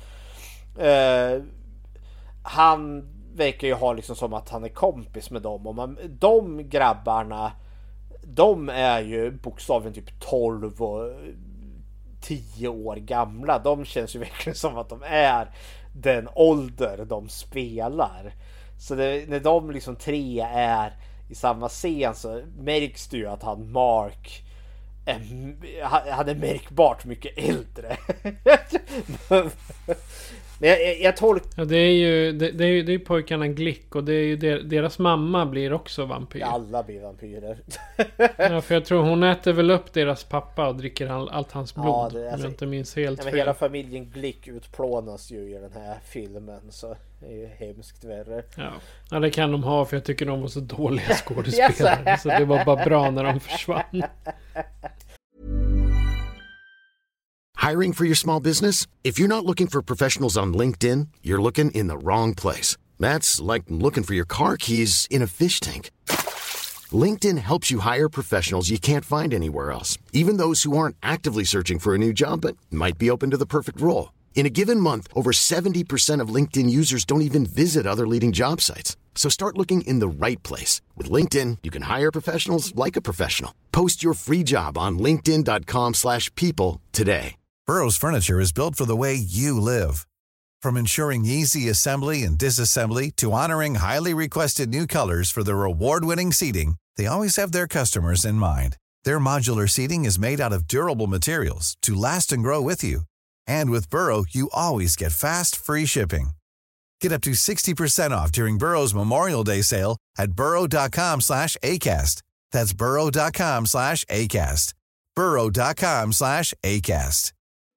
Han verkar ju ha liksom som att han är kompis med dem. Och de grabbarna, de är ju bokstavligen typ 12 och 10 år gamla. De känns ju verkligen som att de är den ålder de spelar. Så när de liksom 3 är i samma scen så märks det ju att han Mark han är märkbart mycket äldre. Men jag tolkar... Ja, det är ju pojkarna Glick och det är ju deras mamma blir också vampyr. Ja, alla blir vampyrer. Ja, för jag tror hon äter väl upp deras pappa och dricker allt hans blod. Ja, om jag inte minns helt fel. Hela familjen Glick utplånas ju i den här filmen, så det är ju hemskt värre. Ja, det kan de ha, för jag tycker de var så dåliga skådespelare. Så det var bara bra när de försvann. Hiring for your small business? If you're not looking for professionals on LinkedIn, you're looking in the wrong place. That's like looking for your car keys in a fish tank. LinkedIn helps you hire professionals you can't find anywhere else, even those who aren't actively searching for a new job but might be open to the perfect role. In a given month, over 70% of LinkedIn users don't even visit other leading job sites. So start looking in the right place. With LinkedIn, you can hire professionals like a professional. Post your free job on linkedin.com/people today. Burrow's furniture is built for the way you live. From ensuring easy assembly and disassembly to honoring highly requested new colors for their award-winning seating, they always have their customers in mind. Their modular seating is made out of durable materials to last and grow with you. And with Burrow, you always get fast, free shipping. Get up to 60% off during Burrow's Memorial Day sale at burrow.com/ACAST. That's burrow.com/ACAST. burrow.com/ACAST.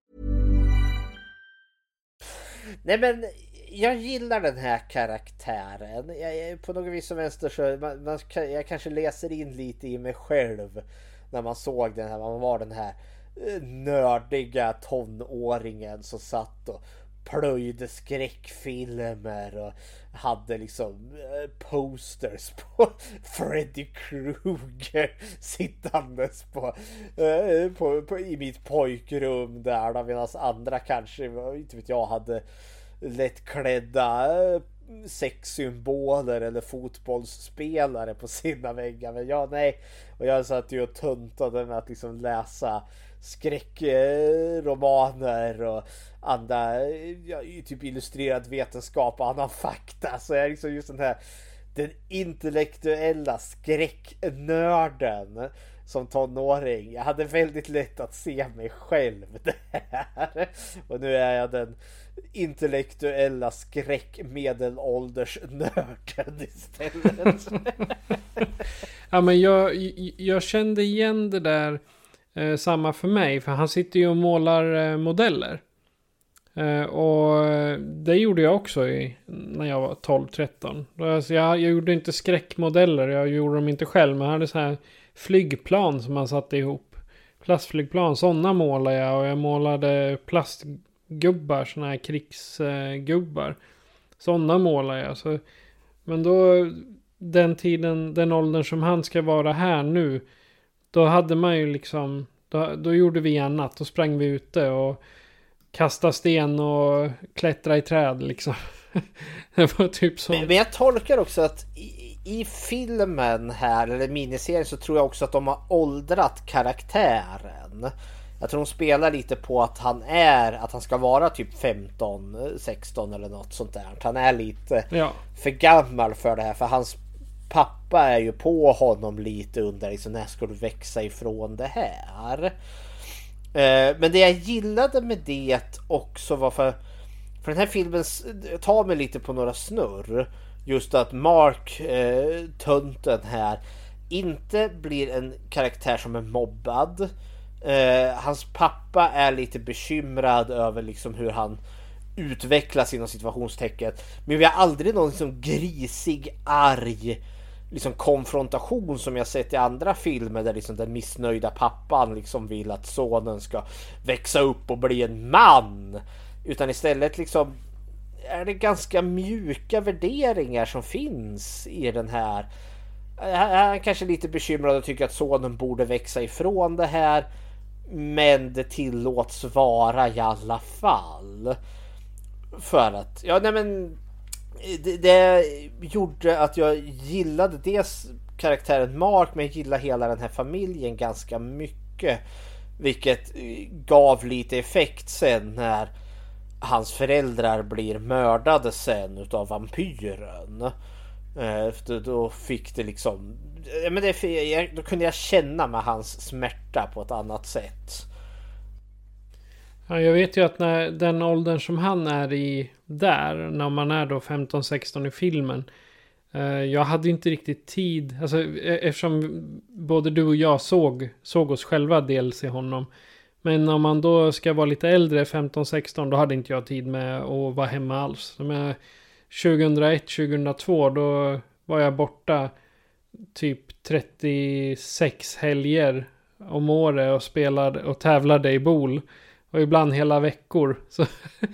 Nej, men jag gillar den här karaktären. Jag på något vis som vänster så jag kanske läser in lite i mig själv när man såg den här. Man var den här nördiga tonåringen som satt och plöjde skräckfilmer och hade liksom posters på Freddy Krueger sittandes på i mitt pojkrum där, medan andra kanske, inte vet jag, hade lättklädda sexsymboler eller fotbollsspelare på sina väggar. Men och jag satt ju och tuntade med att liksom läsa skräckromaner och andra typ illustrerad vetenskap och annan fakta. Så jag är liksom just den intellektuella skräcknörden som tonåring. Jag hade väldigt lätt att se mig själv där. Och nu är jag den intellektuella skräckmedelåldersnörden istället. Ja, men jag kände igen det där. Samma för mig, för han sitter ju och målar modeller. Och det gjorde jag också när jag var 12-13. Alltså jag gjorde inte skräckmodeller, jag gjorde dem inte själv, men jag hade så här flygplan som man satte ihop. Plastflygplan, sådana målade jag, och jag målade gubbar, såna här krigsgubbar. Sådana målar jag. Så, men då, den tiden, den åldern som han ska vara här nu, då hade man ju liksom, då gjorde vi annat. Då sprang vi ute och kastade sten och klättra i träd liksom. Det var typ så. Men jag tolkar också att i filmen här, eller miniserien, så tror jag också att de har åldrat karaktären. Jag tror de spelar lite på att han ska vara typ 15, 16 eller något sånt där. Han är lite för gammal för det här, för hans pappa är ju på honom lite under liksom, när ska du växa ifrån det här. Men det jag gillade med det också var för den här filmen tar mig lite på några snurr. Just att Mark, tönten här, inte blir en karaktär som är mobbad. Hans pappa är lite bekymrad över liksom hur han utvecklas inom situationstecken. Men vi har aldrig någon liksom grisig, arg liksom konfrontation som jag sett i andra filmer där liksom den missnöjda pappan liksom vill att sonen ska växa upp och bli en man. Utan istället liksom är det ganska mjuka värderingar som finns i den här. Han är kanske lite bekymrad och tycker att sonen borde växa ifrån det här. Men det tillåts vara i alla fall. För att, det gjorde att jag gillade dels karaktären Mark, men jag gillade hela den här familjen ganska mycket. Vilket gav lite effekt sen när hans föräldrar blir mördade sen utav vampyren. Då fick det liksom, då kunde jag känna med hans smärta på ett annat sätt. Ja, jag vet ju att när den åldern som han är i där, när man är då 15-16 i filmen, jag hade inte riktigt tid, alltså eftersom både du och jag såg oss själva dels i honom. Men om man då ska vara lite äldre, 15-16, då hade inte jag tid med att vara hemma alls. Men 2001-2002, då var jag borta typ 36 helger om året och spelade och tävlade i bowl. Och ibland hela veckor. Så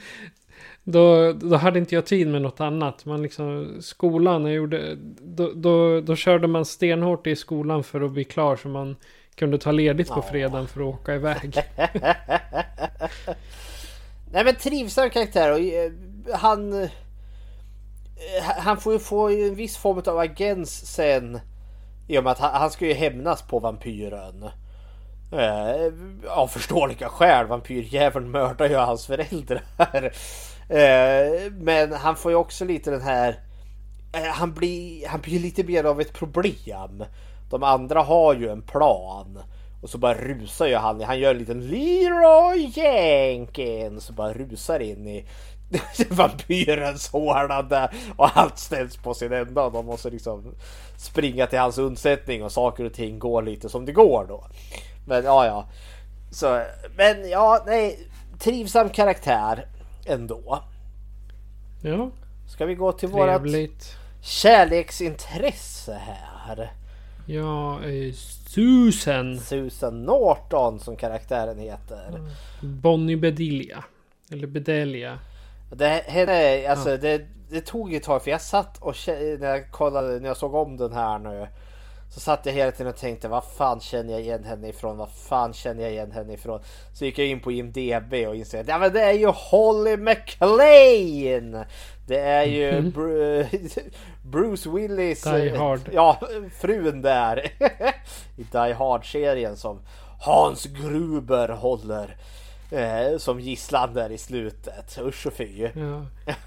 då hade inte jag tid med något annat. Man liksom, skolan, då körde man stenhårt i skolan för att bli klar, så man kunde ta ledigt på fredagen för att åka iväg. Nej, men trivsam karaktär. Och han får ju få en viss form av agens sen, i och med att han ska ju hämnas på vampyren. Av förståeliga skäl. Vampyrjäveln mördar ju hans föräldrar. Men han får ju också lite den här, han blir lite mer av ett problem. De andra har ju en plan, och så bara rusar ju han gör en liten Leroy Jenkins, så bara rusar in i vampyrens håla där, och allt ställs på sin ända. De måste liksom springa till hans undsättning, och saker och ting går lite som det går då. Men så, men trivsam karaktär ändå. Ja. Ska vi gå till trevligt. Vårat kärleksintresse här? Ja, Susan Norton som karaktären heter. Bonnie Bedelia. Eller Bedelia. Det tog ett tag, för jag satt och när jag såg om den här nu, så satt jag hela tiden och tänkte, vad fan känner jag igen henne ifrån? Så gick jag in på IMDb och insåg att det är ju Holly McClane. Det är ju Bruce Willis, Die Hard. Ja, frun där i Die Hard-serien, som Hans Gruber håller som gisslan där i slutet. Usch och fy. Ja.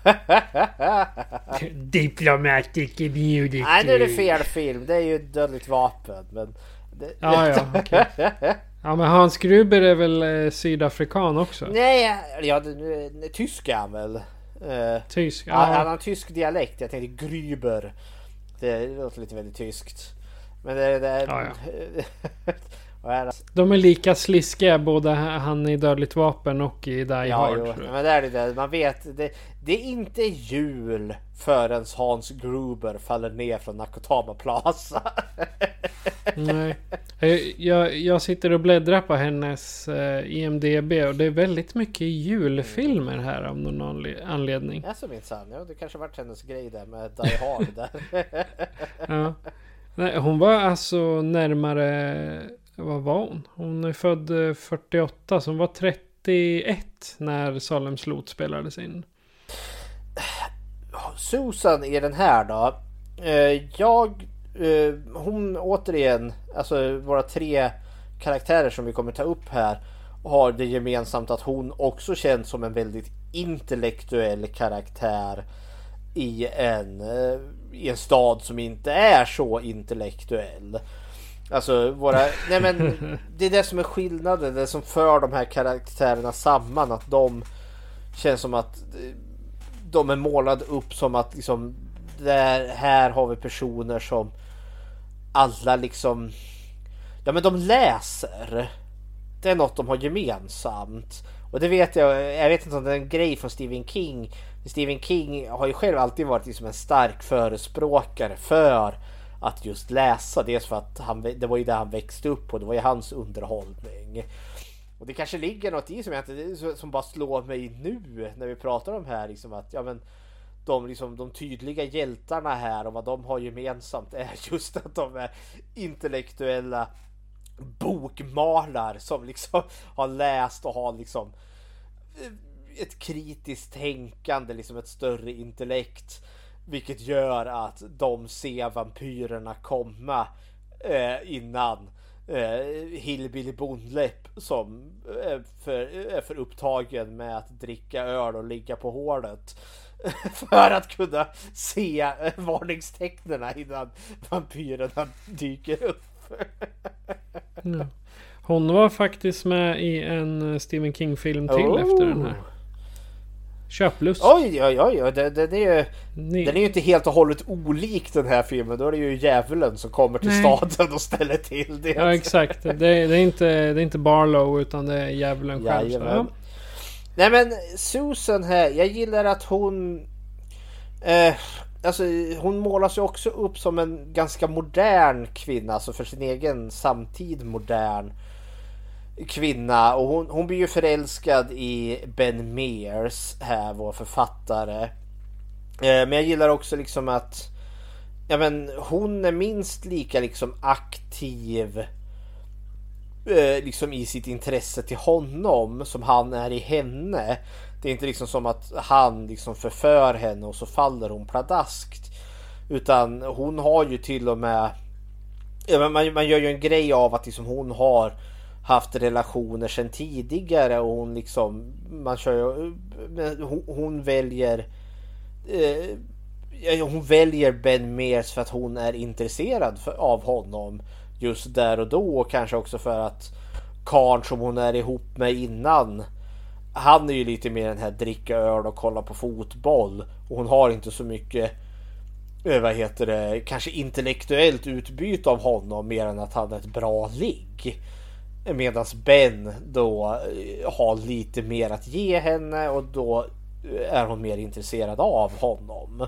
Diplomatic immunity. Nej, det är det fel film. Det är ju Dödligt vapen. Men okay. Ja, men Hans Gruber är väl sydafrikan också? Nej, tysk är han väl. Tysk? Han har en tysk dialekt. Jag tänkte Gruber. Det låter lite väldigt tyskt. Men det de är lika sliskiga, både han i Dödligt vapen och i Die Hard. Jo, men det är det. Man vet, det är inte jul förrän Hans Gruber faller ner från Nakotama Plaza. Nej. Jag sitter och bläddrar på hennes IMDb och det är väldigt mycket julfilmer här av någon anledning. Ja, så minsann. Ja, det kanske varit hennes grej där med Die Hard där. Ja. Nej, hon var alltså närmare... Vad var hon? Hon är född 48, så hon var 31 när Salems lot spelades in. Susan är den här då. Hon återigen, alltså våra 3 karaktärer som vi kommer ta upp här har det gemensamt att hon också känns som en väldigt intellektuell karaktär i en stad som inte är så intellektuell. Alltså det är det som är skillnaden, det som för de här karaktärerna samman, att de känns som att de är målade upp som att liksom här har vi personer som alla liksom de läser. Det är något de har gemensamt. Och det vet jag vet inte om det är en grej från Stephen King. Stephen King har ju själv alltid varit liksom en stark förespråkare för att just läsa. Dels för att det var ju där han växte upp och det var ju hans underhållning. Och det kanske ligger något i som bara slår mig nu när vi pratar om här liksom att de tydliga hjältarna här och vad de har gemensamt är just att de är intellektuella bokmalar som liksom har läst och har liksom ett kritiskt tänkande, liksom ett större intellekt, vilket gör att de ser vampyrerna komma innan Hillbilly Bondläpp som är för upptagen med att dricka öl och ligga på hålet för att kunna se varningstecknen innan vampyrerna dyker upp. Ja. Hon var faktiskt med i en Stephen King-film till efter den här. Köplust. Oj. Den är ju inte helt och hållet olik den här filmen. Då är det ju djävulen som kommer till staden och ställer till det. Ja, exakt. Det är inte Barlow utan det är djävulen själv. Ja. Nej, men Susan här, jag gillar att hon hon målas ju också upp som en ganska modern kvinna, alltså för sin egen samtid modern kvinna, och hon blir ju förälskad i Ben Mears här, vår författare. Men jag gillar också liksom att hon är minst lika liksom aktiv liksom i sitt intresse till honom som han är i henne. Det är inte liksom som att han liksom förför henne och så faller hon pladaskt, utan hon har ju till och med man gör ju en grej av att liksom hon har haft relationer sedan tidigare, och hon liksom hon väljer Ben Mears för att hon är intresserad av honom just där och då, och kanske också för att karln som hon är ihop med innan, han är ju lite mer den här dricka öl och kolla på fotboll, och hon har inte så mycket kanske intellektuellt utbyte av honom mer än att han är ett bra ligg, medan Ben då har lite mer att ge henne, och då är hon mer intresserad av honom.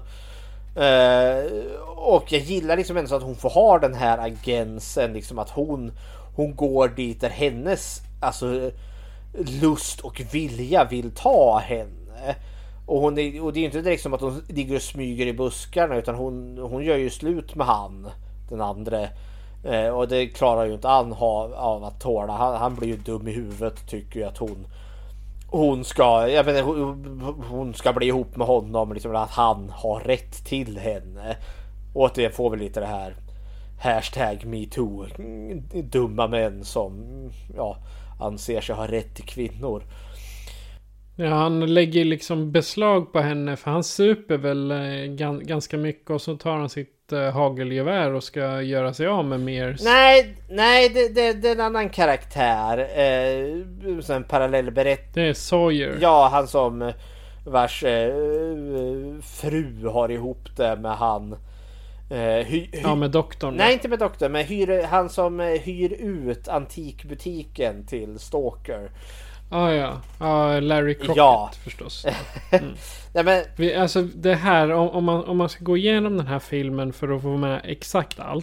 Och jag gillar liksom ändå så att hon får ha den här agensen, liksom att hon går dit där hennes lust och vilja vill ta henne. Och det är inte direkt som att hon ligger och smyger i buskarna, utan hon gör ju slut med den andra. Och det klarar ju inte han av att tåla. Han blir ju dum i huvudet, tycker ju att hon ska bli ihop med honom, liksom att han har rätt till henne. Och det får väl lite det här #MeToo, dumma män som anser sig ha rätt till kvinnor. Ja, han lägger liksom beslag på henne, för han super väl ganska mycket, och så tar han sitt hagelgevär och ska göra sig av med mer. Nej, det är en annan karaktär, en parallellberättelse. Det är Sawyer. Ja, han som vars fru har ihop det med han. Med doktorn. Nej, inte med doktorn, men han som hyr ut antikbutiken till Stalker. Larry Crockett förstås. Nej, men det här, om man ska gå igenom den här filmen för att få med exakt allt,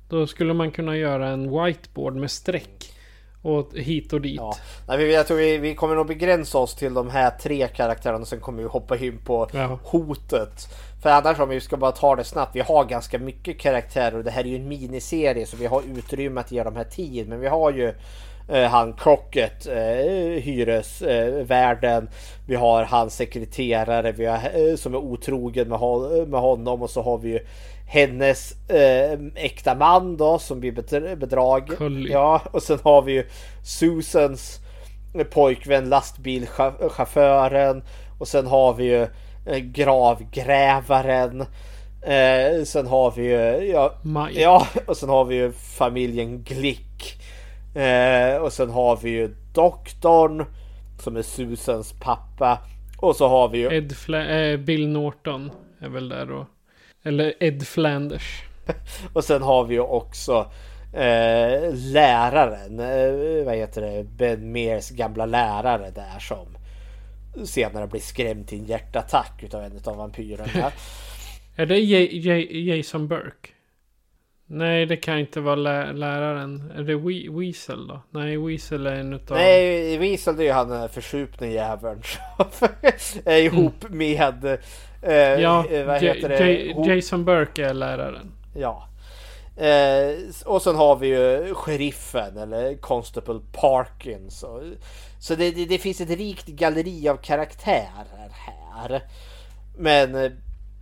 Då skulle man kunna göra en whiteboard med streck och hit och dit. Ja. Nej, jag tror vi kommer nog begränsa oss till de här 3 karaktärerna och sen kommer vi hoppa in på hotet. För annars om vi ska bara ta det snabbt, vi har ganska mycket karaktärer och det här är ju en miniserie så vi har utrymme att ge de här tid. Men vi har ju han Crockett, hyresvärden, vi har hans sekreterare som är otrogen med honom och så har vi ju hennes äkta man då som blir bedrag. Ja, och sen har vi ju Susans pojkvän, lastbilchauffören, och sen har vi ju gravgrävaren. Sen har vi ju och sen har vi ju familjen Glick. Och sen har vi ju doktorn som är Susans pappa. Och så har vi ju Bill Norton är väl där då. Eller Ed Flanders. Och sen har vi ju också läraren, vad heter det, Ben Mears gamla lärare där som senare blir skrämd till en hjärtattack utav en av vampyrerna. Är det Jason Burke? Nej, det kan inte vara läraren. Är det Weasel då? Nej, Weasel är en utav... Nej, Weasel det är ju han försupne jäveln är ihop med vad heter det? Jason Burke är läraren. Ja. Och sen har vi ju sheriffen eller Constable Parkins. Så det finns ett rikt galleri av karaktärer här. Men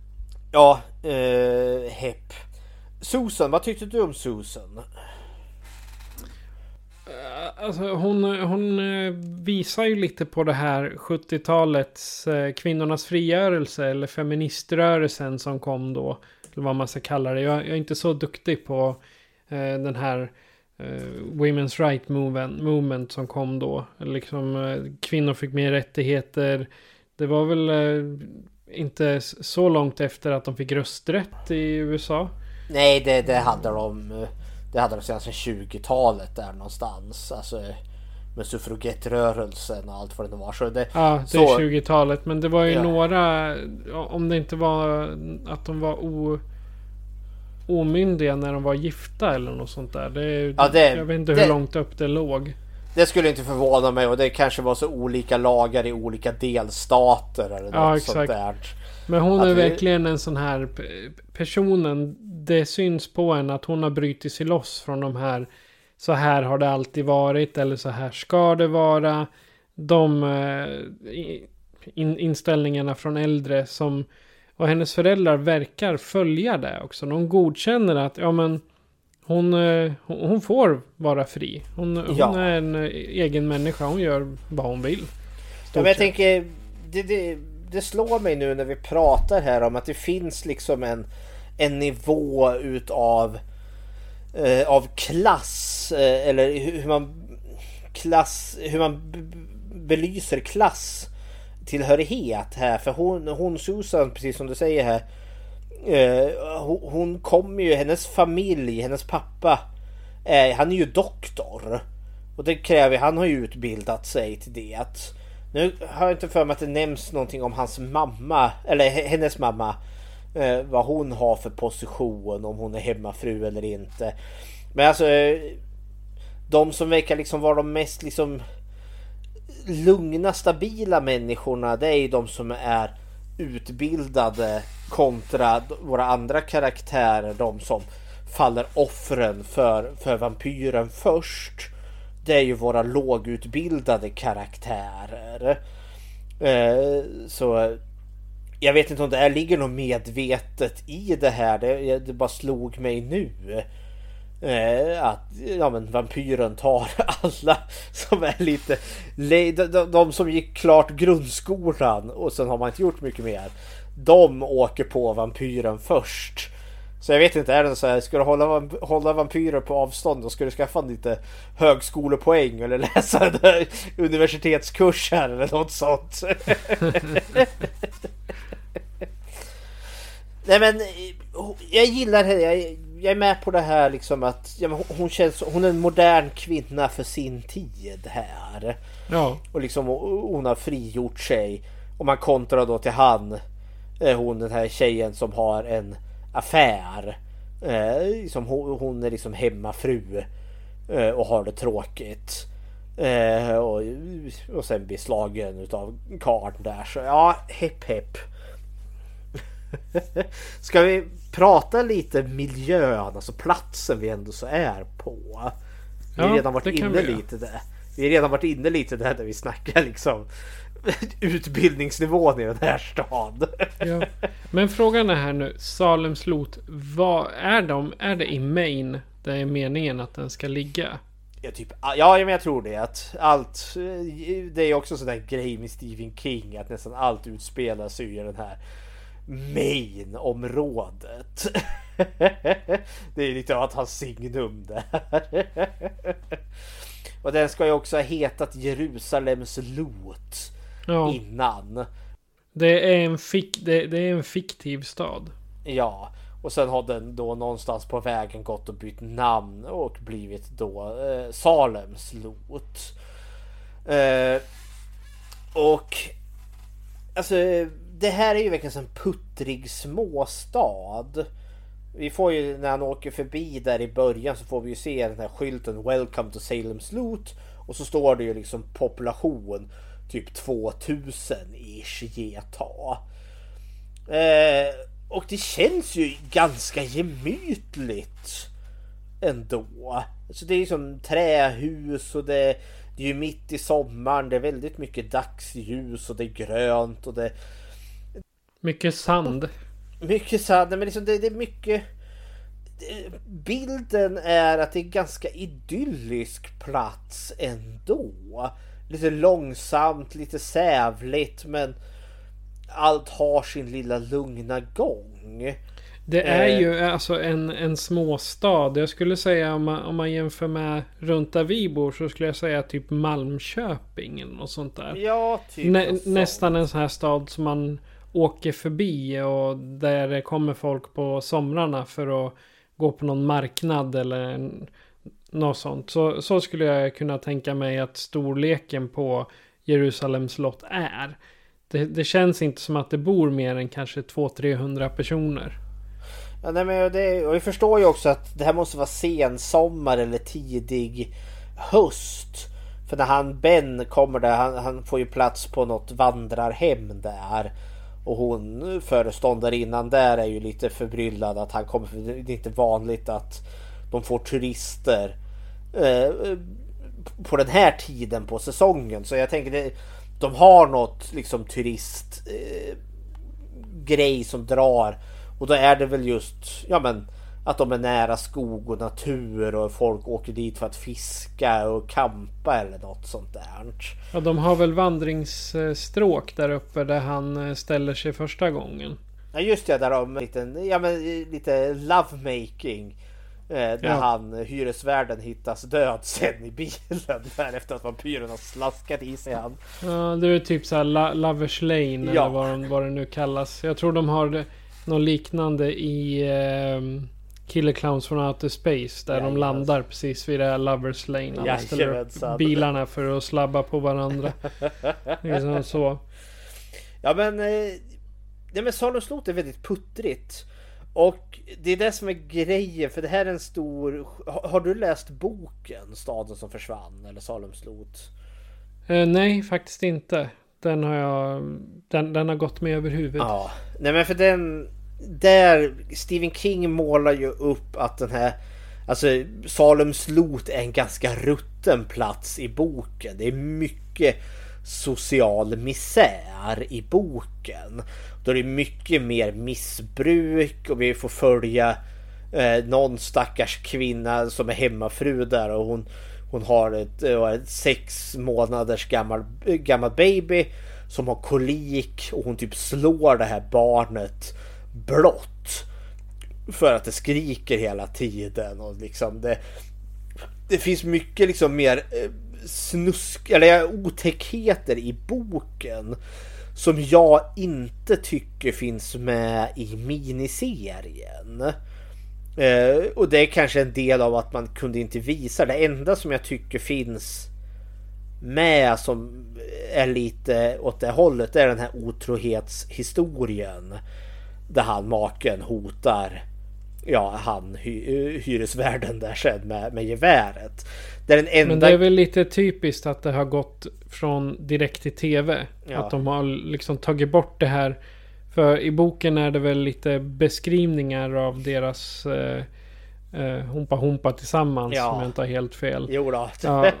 Hepp. Susan, vad tyckte du om Susan? Alltså hon visar ju lite på det här 70-talets kvinnornas frigörelse eller feministrörelsen som kom då, eller vad man ska kalla det. Jag är inte så duktig på den här Women's Right movement som kom då. Liksom kvinnor fick mer rättigheter. Det var väl inte så långt efter att de fick rösträtt i USA. Nej, det hade de sedan 20-talet där någonstans. Alltså med suffragettrörelsen och allt vad det var. Så det är 20-talet. Men det var ju några, om det inte var att de var omyndiga när de var gifta eller något sånt där. Jag vet inte hur långt upp det låg. Det skulle inte förvåna mig, och det kanske var så olika lagar i olika delstater eller något sånt där. Men hon är verkligen en sån här personen. Det syns på en att hon har brutit sig loss från de här, så här har det alltid varit eller så här ska det vara. De inställningarna från äldre som, och hennes föräldrar verkar följa det också. De godkänner att hon får vara fri. Hon är en egen människa. Hon gör vad hon vill. Men jag tänker det slår mig nu när vi pratar här om att det finns liksom en nivå utav av klass eller hur man belyser klasstillhörighet här. För hon Susan, precis som du säger här, hon kommer ju, hennes familj, hennes pappa han är ju doktor, och det kräver, han har ju utbildat sig till det. Nu har jag inte för mig att det nämns någonting om hans mamma eller hennes mamma, vad hon har för position, om hon är hemmafru eller inte. Men alltså de som verkar liksom vara de mest liksom lugna, stabila människorna, det är ju de som är utbildade kontra våra andra karaktärer, de som faller offren för vampyren först. Det är ju våra lågutbildade karaktärer. Så jag vet inte om det ligger något medvetet i det här. Det bara slog mig nu att vampyren tar alla som är lite de som gick klart grundskolan och sen har man inte gjort mycket mer. De åker på vampyren först. Så jag vet inte, är det så här, ska du hålla vampyrer på avstånd, då ska du skaffa lite högskolepoäng eller läsa en universitetskurs här eller något sånt. Nej, men jag gillar henne. Jag är med på det här liksom att hon är en modern kvinna för sin tid här. Ja. Och liksom hon har frigjort sig. Och man kontrar då till hon den här tjejen som har en affär Som hon är liksom hemmafru och har det tråkigt. Och sen blir slagen utav karln där. Så ja, hepp. Ska vi prata lite miljön, alltså platsen vi ändå så är på? Vi har redan varit inne lite där. Vi har redan varit inne lite där vi snackar liksom utbildningsnivån i den här stan. Ja. Men frågan är här nu, Salems lot, vad är det i Maine det är meningen att den ska ligga? Ja, men jag tror det. Att allt, det är också sån där grej med Stephen King, att nästan allt utspelar sig i den här Maine-området. Det är lite av att hans signum där. Och den ska ju också ha hetat Jerusalems lot innan. Det är en fiktiv stad. Ja, och sen har den då någonstans på vägen gått och bytt namn och blivit då Salems lot. Och alltså det här är ju verkligen en puttrig småstad. Vi får ju, när han åker förbi där i början, så får vi ju se den här skylten Welcome to Salem's Lot. Och så står det ju liksom population typ 2000-ish geta. Och det känns ju ganska gemytligt ändå. Alltså det är som trähus och det är ju mitt i sommaren. Det är väldigt mycket dagsljus och det är grönt och det... Mycket sand. Mycket sand, men liksom det är mycket... Bilden är att det är ganska idyllisk plats ändå. Lite långsamt, lite sävligt, men allt har sin lilla lugna gång. Det är ju alltså en småstad. Jag skulle säga om man jämför med runt där vi bor, så skulle jag säga typ Malmköping eller något sånt där. Ja, typ nästan en sån här stad som man åker förbi och där det kommer folk på somrarna för att gå på någon marknad eller något sånt. Så skulle jag kunna tänka mig att storleken på Jerusalems slott är. Det känns inte som att det bor mer än kanske 200-300 personer. Ja, nej, men och jag förstår ju också att det här måste vara sensommar eller tidig höst. För när Ben kommer där, han får ju plats på något vandrarhem där. Och hon, föreståndarinnan där, är ju lite förbryllad att han kommer. Det är inte vanligt att de får turister på den här tiden på säsongen. Så jag tänker de har något liksom turistgrej som drar. Och då är det väl just att de är nära skog och natur och folk åker dit för att fiska och kampa eller något sånt där. Ja, de har väl vandringsstråk där uppe där han ställer sig första gången. Ja, just det, där de lite lovemaking. Där hyresvärden hittas död sen i bilen där efter att vampyren har slaskat i sig han. Ja, det är typ så här Lovers Lane eller vad det nu kallas. Jag tror de har något liknande i Killer Clowns from Outer Space där de landar precis vid det här Lovers Lane. Alla ställer upp bilarna för att slabba på varandra. Liksom så. Ja, men Salems lot är väldigt puttrigt. Och det är det som är grejen, för det här är en stor... Har du läst boken Staden som försvann eller Salems lot? Nej, faktiskt inte. Den har gått med över huvudet. Ja, nej men för där Stephen King målar ju upp att den här, alltså Salems lot är en ganska rutten plats i boken. Det är mycket social misär i boken. Då är det mycket mer missbruk och vi får följa någon stackars kvinna som är hemmafru där och hon har ett 6 månaders gammal baby som har kolik och hon typ slår det här barnet blott för att det skriker hela tiden och liksom det finns mycket liksom mer snusk eller otäckheter i boken som jag inte tycker finns med i miniserien. Och det är kanske en del av att man kunde inte visa. Det enda som jag tycker finns med som är lite åt det hållet är den här otrohetshistorien där maken hotar han hyresvärden där sen med geväret. Det är den enda... Men det är väl lite typiskt att det har gått från direkt till tv. Ja. Att de har liksom tagit bort det här. För i boken är det väl lite beskrivningar av deras Hompa tillsammans. Ja. Om jag inte har helt fel. Jo då. Ja,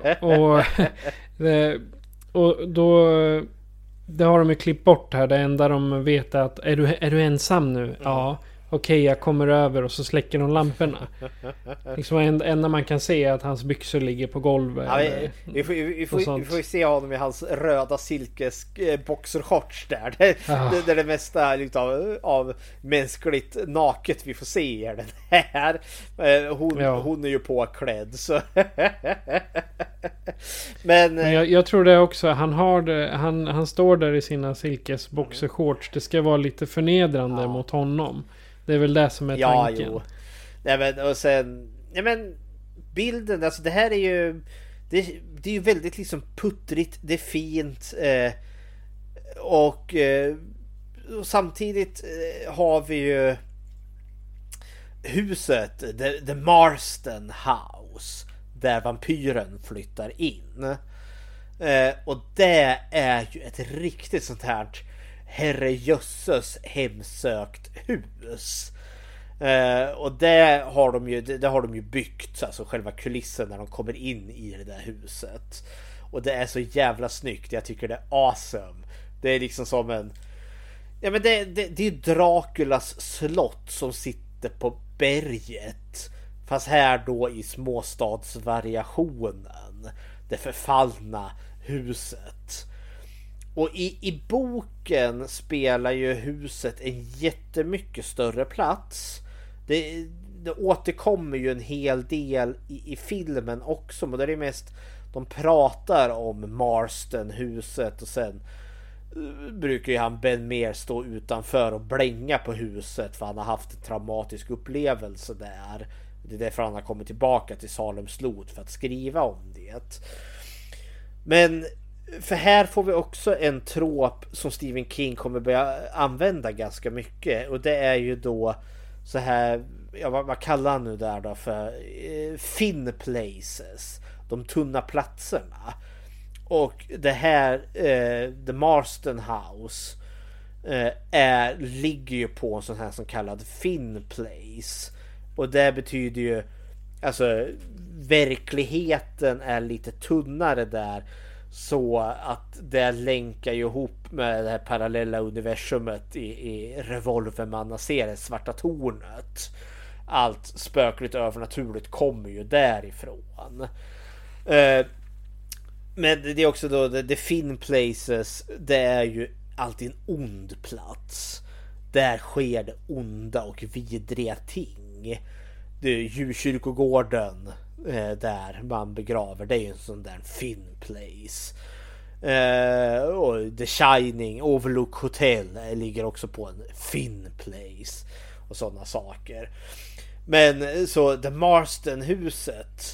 och då... Det har de ju klippt bort här. Det enda de vet är att är du ensam nu? Ja. Okej, jag kommer över, och så släcker de lamporna. Liksom enda man kan se är att hans byxor ligger på golvet. Ja, vi får se honom i hans röda silkes boxershorts där. Det är det mesta av mänskligt naket vi får se i den här. Hon är ju påklädd. Så. Men jag tror det också. Han står där i sina silkes boxershorts. Det ska vara lite förnedrande mot honom. Det är väl det som är tanken. Jo. Nej, men, och sen... Ja, men bilden, alltså det här är ju... Det är ju väldigt liksom puttrigt. Det är fint. Och samtidigt har vi ju huset. The Marston House. Där vampyren flyttar in. Och det är ju ett riktigt sånt här herrejösses hemsökt hus. Och det har de ju byggt, alltså själva kulissen när de kommer in i det där huset. Och det är så jävla snyggt. Jag tycker det är awesome. Det är liksom som en... Ja, men det är Draculas slott som sitter på berget. Fast här då i småstadsvariationen. Det förfallna huset. Och i boken spelar ju huset en jättemycket större plats. Det återkommer ju en hel del i filmen också. Men det är mest de pratar om Marston-huset. Och sen brukar ju han Ben Mer stå utanför och blänga på huset. För han har haft en traumatisk upplevelse där. Det är därför han har kommit tillbaka till Salem's Lot för att skriva om det. Men... För här får vi också en trop som Stephen King kommer börja använda ganska mycket. Och det är ju då så här, vad kallar han nu där då för thin places. De tunna platserna. Och det här, The Marston House ligger ju på en sån här som kallad thin place. Och det betyder ju, alltså verkligheten är lite tunnare där. Så att det länkar ju ihop med det här parallella universumet i Revolvermanna-serien Svarta Tornet. Allt spökligt övernaturligt kommer ju därifrån. Men det är också då The Thin Places. Det är ju alltid en ond plats. Där sker det onda och vidriga ting. Det är djurkyrkogården där man begraver. Det är ju en sån där thin place. Och The Shining, Overlook Hotel ligger också på en thin place. Och sådana saker. Men så The Marston-huset,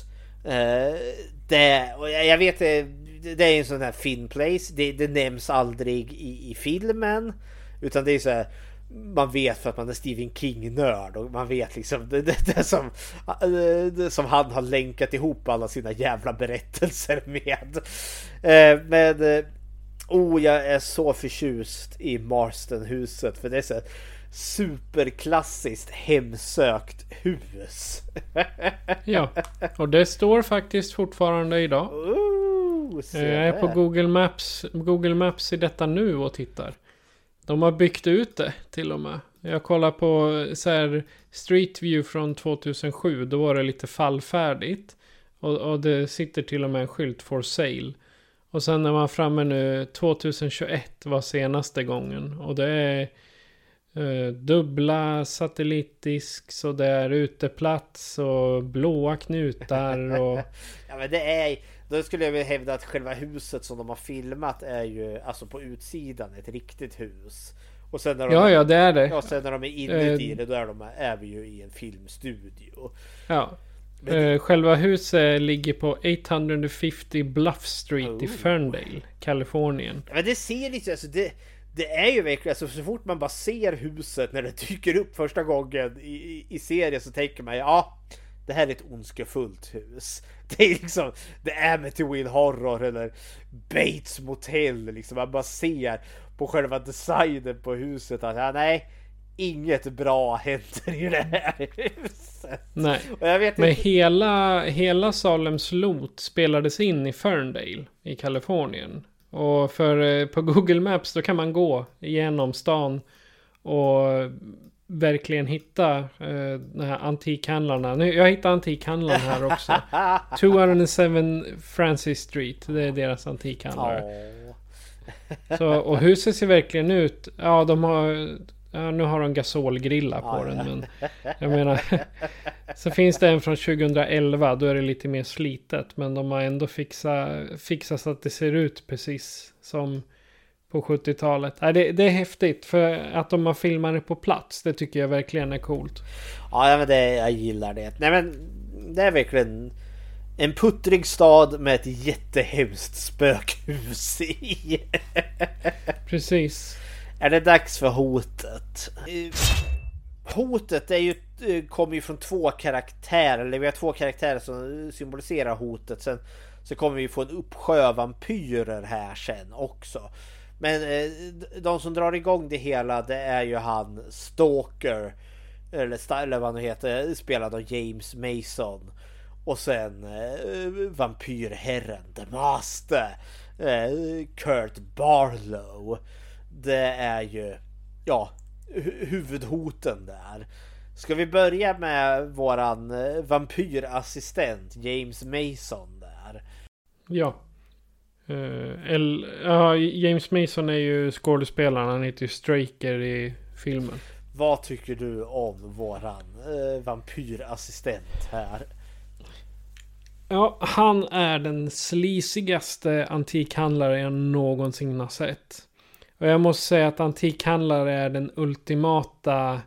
och jag vet det är en sån här thin place. Det nämns aldrig i filmen. Utan det är så här, man vet för att man är Stephen King-nörd och man vet liksom det som han har länkat ihop alla sina jävla berättelser med. Men jag är så förtjust i Marston-huset, för det är så superklassiskt hemsökt hus. Ja, och det står faktiskt fortfarande idag. Jag är på Google Maps i detta nu och tittar. De har byggt ut det till och med. Jag kollar på så här Street View från 2007. Då var det lite fallfärdigt. Och det sitter till och med en skylt for sale. Och sen när man framme nu 2021 var senaste gången. Och det är dubbla satellitdisk, så det är uteplats och blåa knutar. Och... ja, men det är... Då skulle jag vilja hävda att själva huset som de har filmat är ju alltså på utsidan ett riktigt hus. Och sen när ja, det är det. Och sen när de är inuti det, då är vi ju i en filmstudio. Ja. Själva huset ligger på 850 Bluff Street i Ferndale, Kalifornien. Ja, men det ser lite, alltså det är ju verkligen, alltså, så fort man bara ser huset när det dyker upp första gången i serien, så tänker man ja, det här är ett ondskefullt hus. Det är liksom The Amityville Horror eller Bates Motel liksom. Man bara ser på själva designen på huset att nej, inget bra händer i det här huset. Nej, och jag vet men inte... hela Salems lot spelades in i Ferndale i Kalifornien. Och på Google Maps då kan man gå igenom stan och verkligen hitta de här antikhandlarna. Jag hittar antikhandlaren här också. 207 Francis Street, det är deras antikhandlare. Och huset ser verkligen ut, nu har de gasolgrillar på den, men jag menar, så finns det en från 2011, då är det lite mer slitet, men de har ändå fixat så att det ser ut precis som på 70-talet. Det är häftigt, för att de har filmat det på plats, det tycker jag verkligen är coolt. Ja, men jag gillar det. Nej, men det är verkligen en puttrig stad med ett jättehemskt spökhus i. Precis. Är det dags för hotet? Hotet är ju, kommer ju från två karaktärer. Eller vi har två karaktärer som symboliserar hotet. Sen så kommer vi få en uppsjö vampyrer här sen också. Men de som drar igång det hela, det är ju han Stalker, eller vad han heter, spelad av James Mason. Och sen vampyrherren The Master, Kurt Barlow. Det är ju huvudhoten där. Ska vi börja med våran vampyrassistent James Mason där? Ja. James Mason är ju skådespelaren, han heter ju Straker i filmen. Vad tycker du om våran vampyrassistent här? Ja, han är den slisigaste antikhandlare jag någonsin har sett. Och jag måste säga att antikhandlare är den ultimata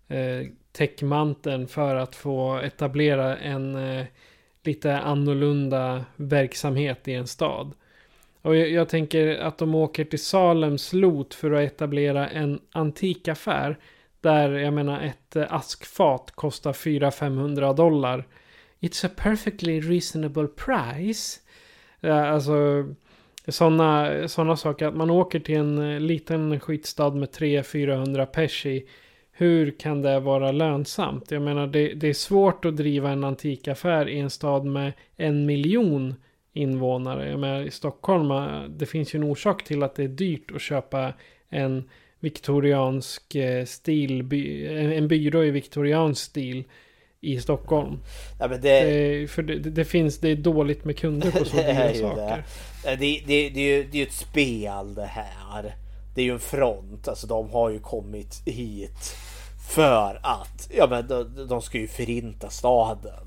täckmanteln för att få etablera en lite annorlunda verksamhet i en stad. Och jag tänker att de åker till Salems lot för att etablera en antikaffär där, jag menar, ett askfat kostar $400-500. It's a perfectly reasonable price. Alltså sådana saker, att man åker till en liten skitstad med 300-400 pers i. Hur kan det vara lönsamt? Jag menar, det är svårt att driva en antikaffär i en stad med 1 miljon invånare. Jag menar, i Stockholm, det finns ju en orsak till att det är dyrt att köpa en viktoriansk stil, en byrå i viktoriansk stil i Stockholm. Ja, men det är dåligt med kunder på så dyra saker. Det är ju ett spel det här. Det är ju en front. Alltså de har ju kommit hit för att de ska ju förinta staden.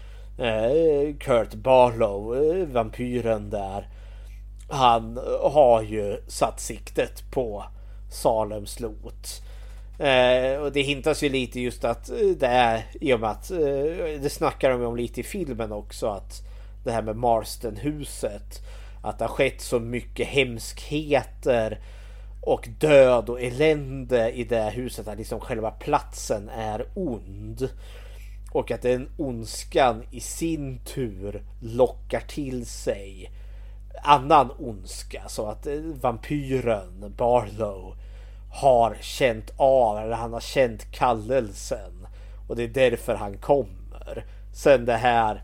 Kurt Barlow, vampyren där, han har ju satt siktet på Salems lot. Och det hintas ju lite just att det är, i och med att det snackar de om lite i filmen också, att det här med Marstonhuset, att det har skett så mycket hemskheter och död och elände i det huset, att liksom själva platsen är ond, och att den ondskan i sin tur lockar till sig annan ondska, så att vampyren Barlow har känt av, eller han har känt kallelsen, och det är därför han kommer. Sen det här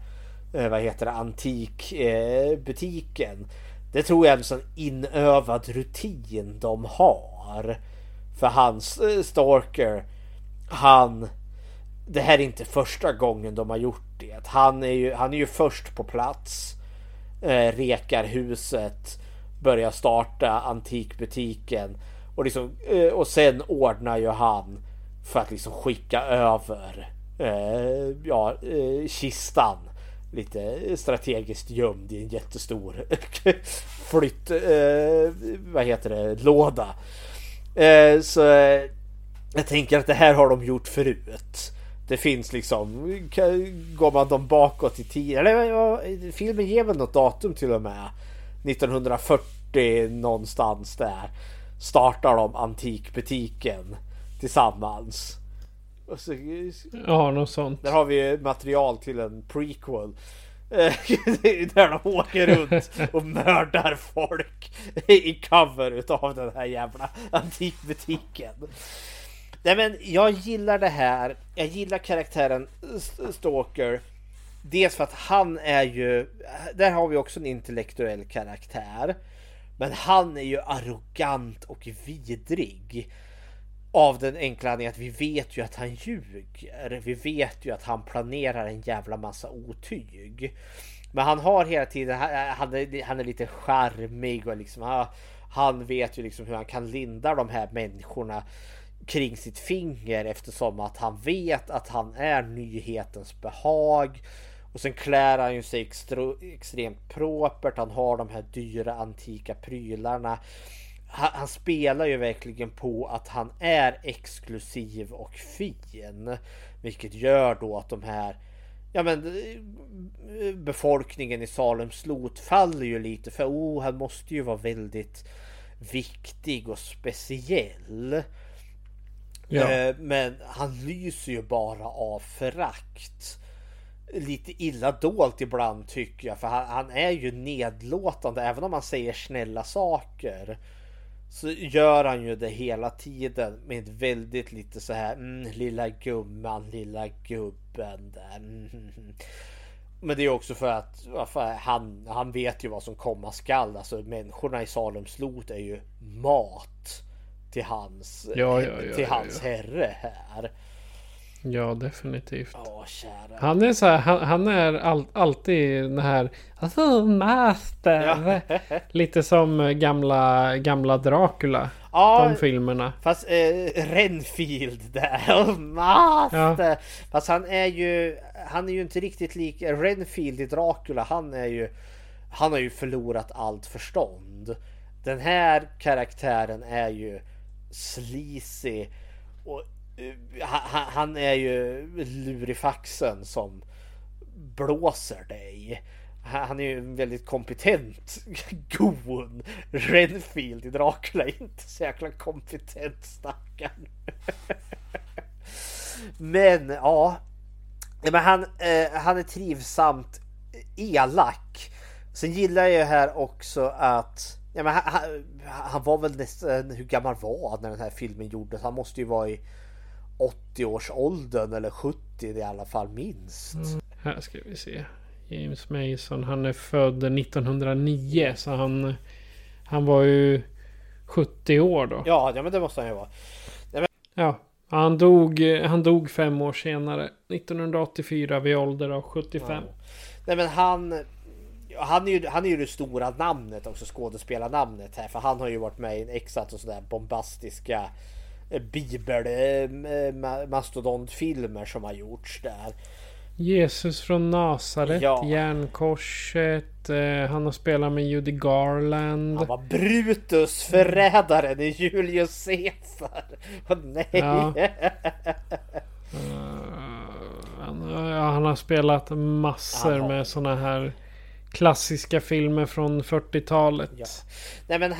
antikbutiken, det tror jag är en sån inövad rutin de har. För hans Stalker, det här är inte första gången de har gjort det. Han är ju först på plats, rekar huset, börjar starta antikbutiken, och sen ordnar ju han för att liksom skicka över kistan lite strategiskt gömd i en jättestor låda. Så jag tänker att det här har de gjort förut. Det finns liksom, går man dem bakåt i tiden, eller filmen ger väl något datum till och med 1940 någonstans där, startar de antikbutiken tillsammans. Och så, ja, något sånt. Där har vi material till en prequel. Där de åker runt och mördar folk i cover utav den här jävla antikbutiken. Nej, men jag gillar det här. Jag gillar karaktären Stalker. Dels för att han är ju... Där har vi också en intellektuell karaktär. Men han är ju arrogant och vidrig. Av den enkla anledningen att vi vet ju att han ljuger. Vi vet ju att han planerar en jävla massa otyg. Men han har hela tiden... Han är lite charmig och liksom... Han vet ju liksom hur han kan linda de här människorna kring sitt finger, eftersom att han vet att han är nyhetens behag. Och sen klär han ju sig extremt propert. Han har de här dyra antika prylarna. Han spelar ju verkligen på att han är exklusiv och fin. Vilket gör då att de här befolkningen i Salem slot faller ju lite. För han måste ju vara väldigt viktig och speciell. Ja. Men han lyser ju bara av förakt. Lite illa dolt ibland tycker jag. För han är ju nedlåtande. Även om han säger snälla saker, så gör han ju det hela tiden med väldigt lite så här lilla gumman, lilla gubben där. Men det är också för att han vet ju vad som komma skall. Alltså människorna i Salem slot är ju mat till hans herre här. Ja, definitivt. Kära. Han är så här, han är alltid den här master. Ja. Lite som gamla Dracula. Ja, de filmerna. Fast Renfield där. Master. Ja. Fast han är ju inte riktigt lik Renfield i Dracula. Han har ju förlorat allt förstånd. Den här karaktären är ju sleazy och han är ju lurifaxen som blåser dig. Han är ju en väldigt kompetent gon. Renfield i Dracula är inte så jäkla kompetent, stackaren. Men ja, men han är trivsamt elak. Sen gillar jag ju här också att han var väl nästan, hur gammal var han när den här filmen gjordes? Han måste ju vara i 80-årsåldern eller 70 i alla fall minst. Här ska vi se. James Mason, han är född 1909, så han var ju 70 år då. Ja, men det måste han ju vara. Ja, han dog 5 år senare, 1984 vid ålder av 75. Ja. Nej, men han är ju det stora namnet också, skådespelarnamnet här, för han har ju varit med i en exakt och sådär bombastiska mastodontfilmer som har gjorts där. Jesus från Nasaret, Järnkorset, han har spelat med Judy Garland. Han var Brutus, förrädaren i Julius Caesar. Nej. Ja. Han har spelat massor med såna här klassiska filmer från 40-talet. Ja. Nej, men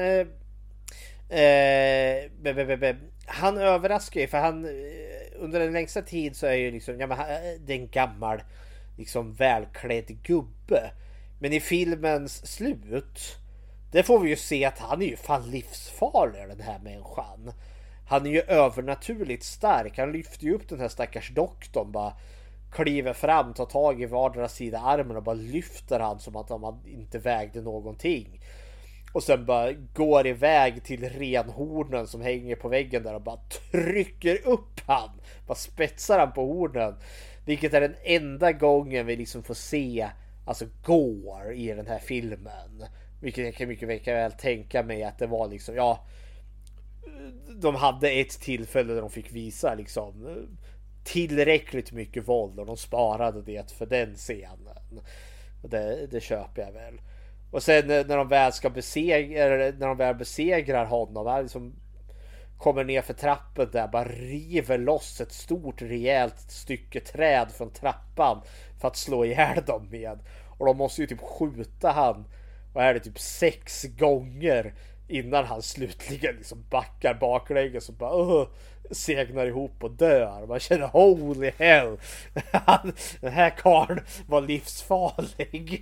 han överraskar ju, för han under den längsta tid så är ju liksom det är en gammal liksom välklädd gubbe. Men i filmens slut, det får vi ju se att han är ju fan livsfarlig, den här människan. Han är ju övernaturligt stark. Han lyfter ju upp den här stackars doktorn, bara kliver fram, tar tag i vardera sida armen och bara lyfter han som att han inte vägde någonting. Och sen bara går iväg till renhornen som hänger på väggen där och bara trycker upp han. Bara spetsar han på hornen. Vilket är den enda gången vi liksom får se alltså gore i den här filmen. Vilket jag kan mycket väl tänka mig att det var liksom, de hade ett tillfälle där de fick visa liksom tillräckligt mycket våld och de sparade det för den scenen. Det köper jag väl. Och sen när de väl ska besegrar honom, han liksom kommer ner för trappen där, bara river loss ett stort rejält stycke träd från trappan för att slå ihjäl dem med. Och de måste ju typ skjuta han, och är det typ 6 gånger innan han slutligen liksom backar baklänges och bara segnar ihop och dör. Man känner holy hell. Den här karln var livsfarlig.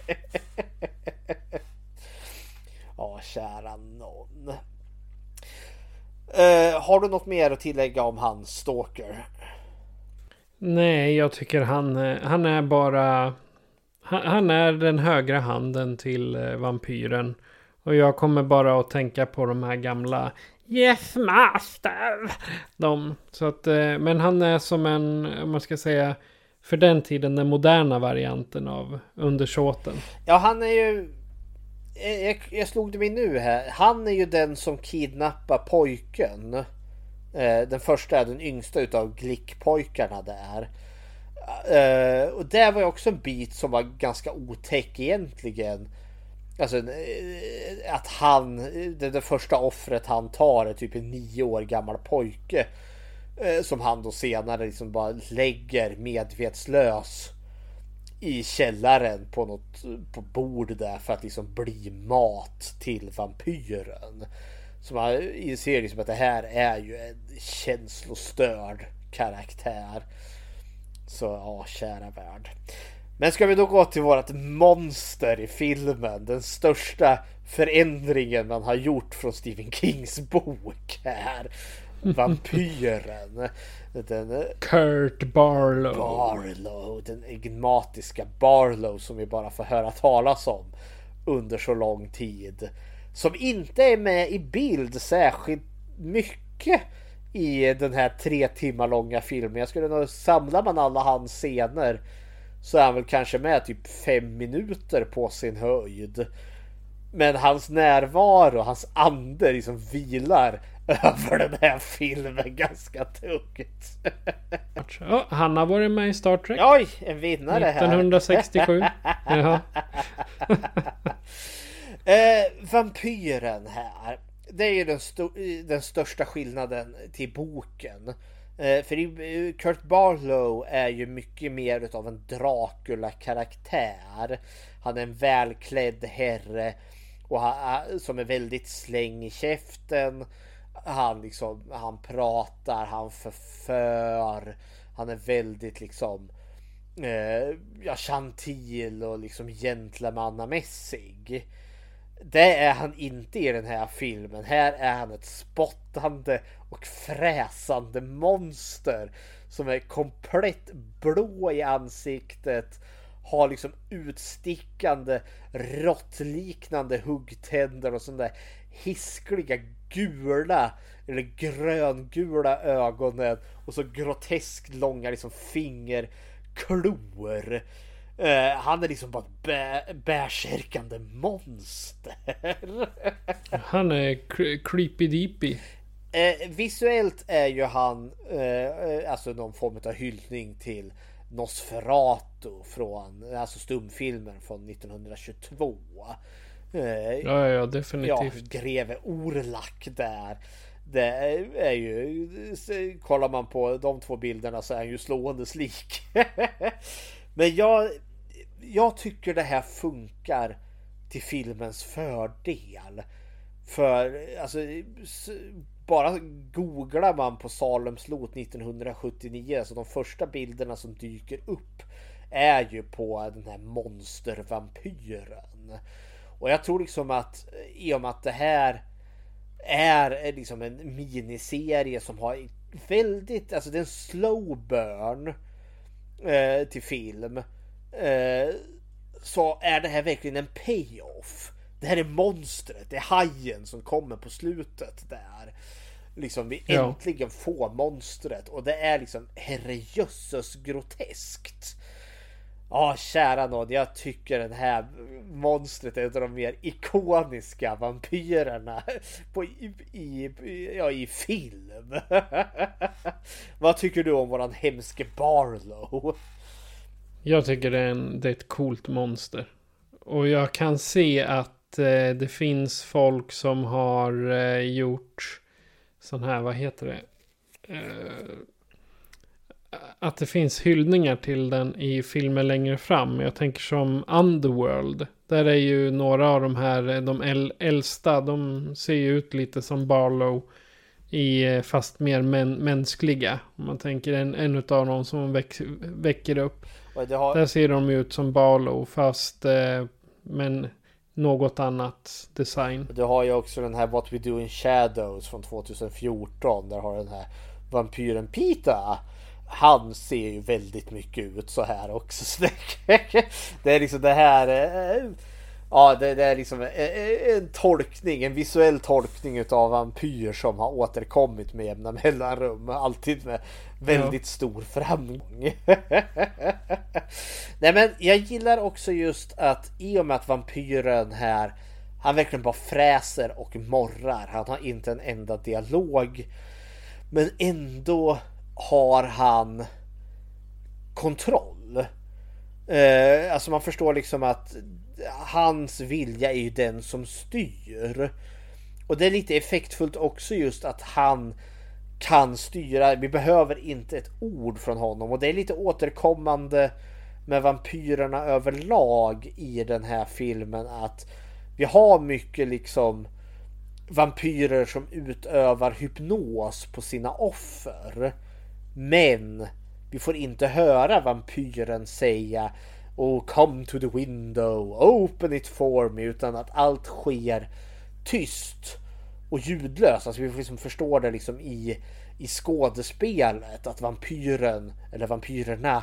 Ja, kära någon. Har du något mer att tillägga om hans Stalker? Nej, jag tycker han är bara... Han är den högra handen till vampyren. Och jag kommer bara att tänka på de här gamla Yes Master. Så att, men han är som en, om man ska säga, för den tiden den moderna varianten av undersåten. Ja, han är ju... Jag slog det mig nu här. Han är ju den som kidnappar pojken. Den första är den yngsta utav Glickpojkarna där. Och det var ju också en bit som var ganska otäck egentligen. Alltså att han, det första offret han tar är typ en 9 år gammal pojke. Som han då senare liksom bara lägger medvetslös i källaren på bord där för att liksom bli mat till vampyren. Så man inser liksom att det här är ju en känslostörd karaktär. Så ja, kära värld. Men ska vi då gå till vårat monster i filmen, den största förändringen man har gjort från Stephen Kings bok här. Vampyren. Kurt Barlow. Den enigmatiska Barlow som vi bara får höra talas om under så lång tid. Som inte är med i bild särskilt mycket i den här 3 timmar långa filmen. Jag skulle nog samla man alla hans scener så är han väl kanske med typ 5 minuter på sin höjd. Men hans närvaro, hans ande liksom vilar över den här filmen ganska tungt. Ja, han har varit med i Star Trek. Oj, en vinnare här. 1967. Jaha. Vampyren här. Det är ju den största skillnaden till boken. För Kurt Barlow är ju mycket mer utav en Dracula-karaktär. Han är en välklädd herre och som är väldigt släng i käften. Han pratar, han förför. Han är väldigt liksom chantil och liksom gentlemannamässig. Det är han inte i den här filmen. Här är han ett spottande och fräsande monster som är komplett blå i ansiktet, har liksom utstickande råttliknande huggtänder och sådana där hiskliga gula eller gröngula ögonen och så groteskt långa liksom fingerklor. Han är liksom bara ett bärsärkande monster. Han är creepy deepy. Visuellt är ju han alltså någon form av hyllning till Nosferatu från stumfilmen från 1922. Ja, definitivt. Ja, greve Orlak där. Det är ju, kollar man på de 2 bilderna så är han ju slående slik. Men jag tycker det här funkar till filmens fördel. För alltså bara googlar man på Salems lot 1979, så de första bilderna som dyker upp är ju på den här monstervampyren. Och jag tror liksom att i och med att det här är liksom en miniserie som har väldigt, alltså det är en slow burn till film, så är det här verkligen en payoff. Det här är monstret, det är hajen som kommer på slutet där. Liksom vi äntligen får monstret och det är liksom herrejösses groteskt. Ja, kära någon, jag tycker den här monstret är en av de mer ikoniska vampyrerna i film. Vad tycker du om våran hemske Barlow? Jag tycker det är ett coolt monster. Och jag kan se att det finns folk som har gjort sån här, vad heter det? att det finns hyllningar till den i filmer längre fram. Jag tänker som Underworld. Där är ju några av de här, de äldsta, de ser ju ut lite som Barlow fast mer mänskliga. Om man tänker en utav dem som väcker upp. Där ser de ut som Barlow fast men något annat design. Du har ju också den här What We Do in Shadows från 2014. Där har den här vampyren Peter. Han ser ju väldigt mycket ut så här också. Så det är liksom det här. Ja, det är liksom en tolkning, en visuell tolkning utav vampyr som har återkommit med jämna mellanrum. Alltid med väldigt stor framgång. Nej, men jag gillar också just att i och med att vampyren här, han verkligen bara fräser och morrar. Han har inte en enda dialog. Men ändå har han kontroll. Alltså man förstår liksom att hans vilja är ju den som styr. Och det är lite effektfullt också just att han kan styra. Vi behöver inte ett ord från honom. Och det är lite återkommande med vampyrerna överlag i den här filmen. Att vi har mycket liksom vampyrer som utövar hypnos på sina offer. Men vi får inte höra vampyren säga "Oh, come to the window, open it for me", utan att allt sker tyst och ljudlöst. Alltså vi får liksom förstå det liksom i skådespelet att vampyren eller vampyrerna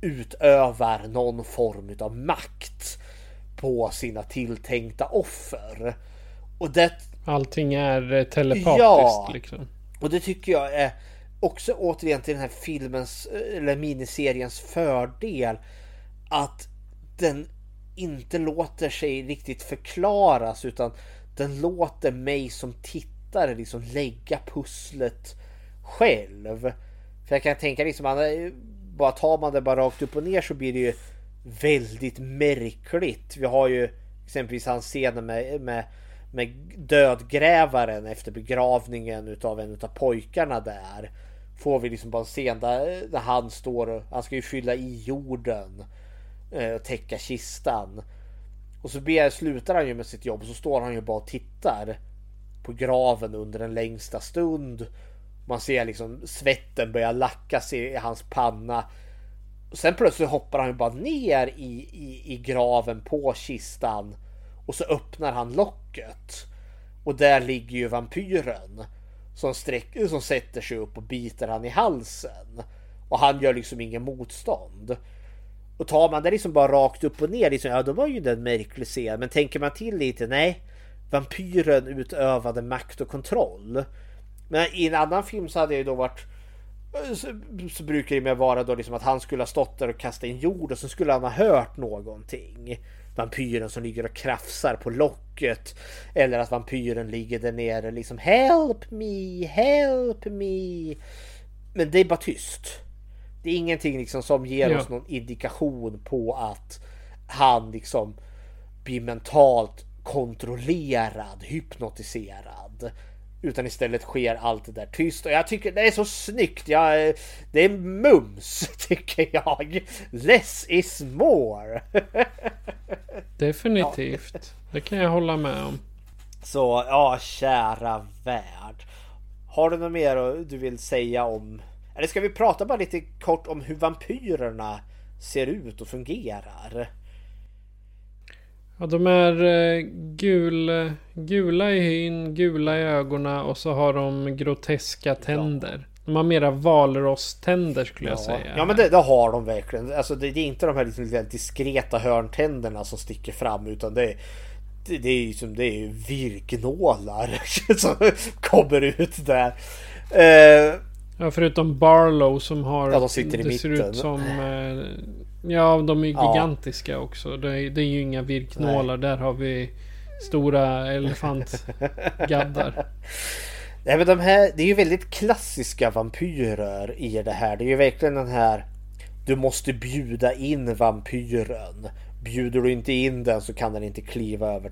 utövar någon form av makt på sina tilltänkta offer. Och det allting är telepatiskt liksom. Och det tycker jag är också återigen till den här filmens eller miniseriens fördel, att den inte låter sig riktigt förklaras, utan den låter mig som tittare liksom lägga pusslet själv. För jag kan tänka liksom, bara tar man det bara rakt upp och ner så blir det ju väldigt märkligt. Vi har ju exempelvis hans scenen med dödgrävaren efter begravningen utav en utav pojkarna där. Får vi liksom bara en scen där han står och han ska ju fylla i jorden och täcka kistan. Och så slutar han ju med sitt jobb och så står han ju bara och tittar på graven under den längsta stund. Man ser liksom svetten börja lacka sig i hans panna. Och sen plötsligt hoppar han ju bara ner i graven på kistan. Och så öppnar han locket. Och där ligger ju vampyren som sätter sig upp och biter han i halsen. Och han gör liksom ingen motstånd. Och tar man det liksom bara rakt upp och ner liksom, ja då var ju den märklig scen. Men tänker man till lite, nej, vampyren utövade makt och kontroll. Men i en annan film så hade det ju då varit, så brukar det med vara då liksom att han skulle ha stått där och kastat in jord och så skulle han ha hört någonting. Vampyren som ligger och krafsar på locket, eller att vampyren ligger där nere liksom help me. Men det är bara tyst. Det är ingenting liksom som ger oss någon indikation på att han liksom blir mentalt kontrollerad, hypnotiserad. Utan istället sker allt det där tyst. Och jag tycker det är så snyggt. Det är mums, tycker jag. Less is more. Definitivt. Det kan jag hålla med om. Så, ja, kära värld. Har du något mer du vill säga om... Eller ska vi prata bara lite kort om hur vampyrerna ser ut och fungerar? Ja, de är gula i hyn, gula i ögonen och så har de groteska tänder. De har mera valroständer skulle jag säga. Ja, men det har de verkligen. Alltså det är inte de här lite diskreta hörntänderna som sticker fram, utan det är ju virknålar som kommer ut där. Ja, förutom Barlow som har... Ja, de sitter i mitten. Ser ut som... ja, de är gigantiska också. Det är ju inga virknålar. Nej. Där har vi stora elefantgaddar. Nej, men det är ju väldigt klassiska vampyrer i det här. Det är ju verkligen den här... Du måste bjuda in vampyren. Bjuder du inte in den så kan den inte kliva över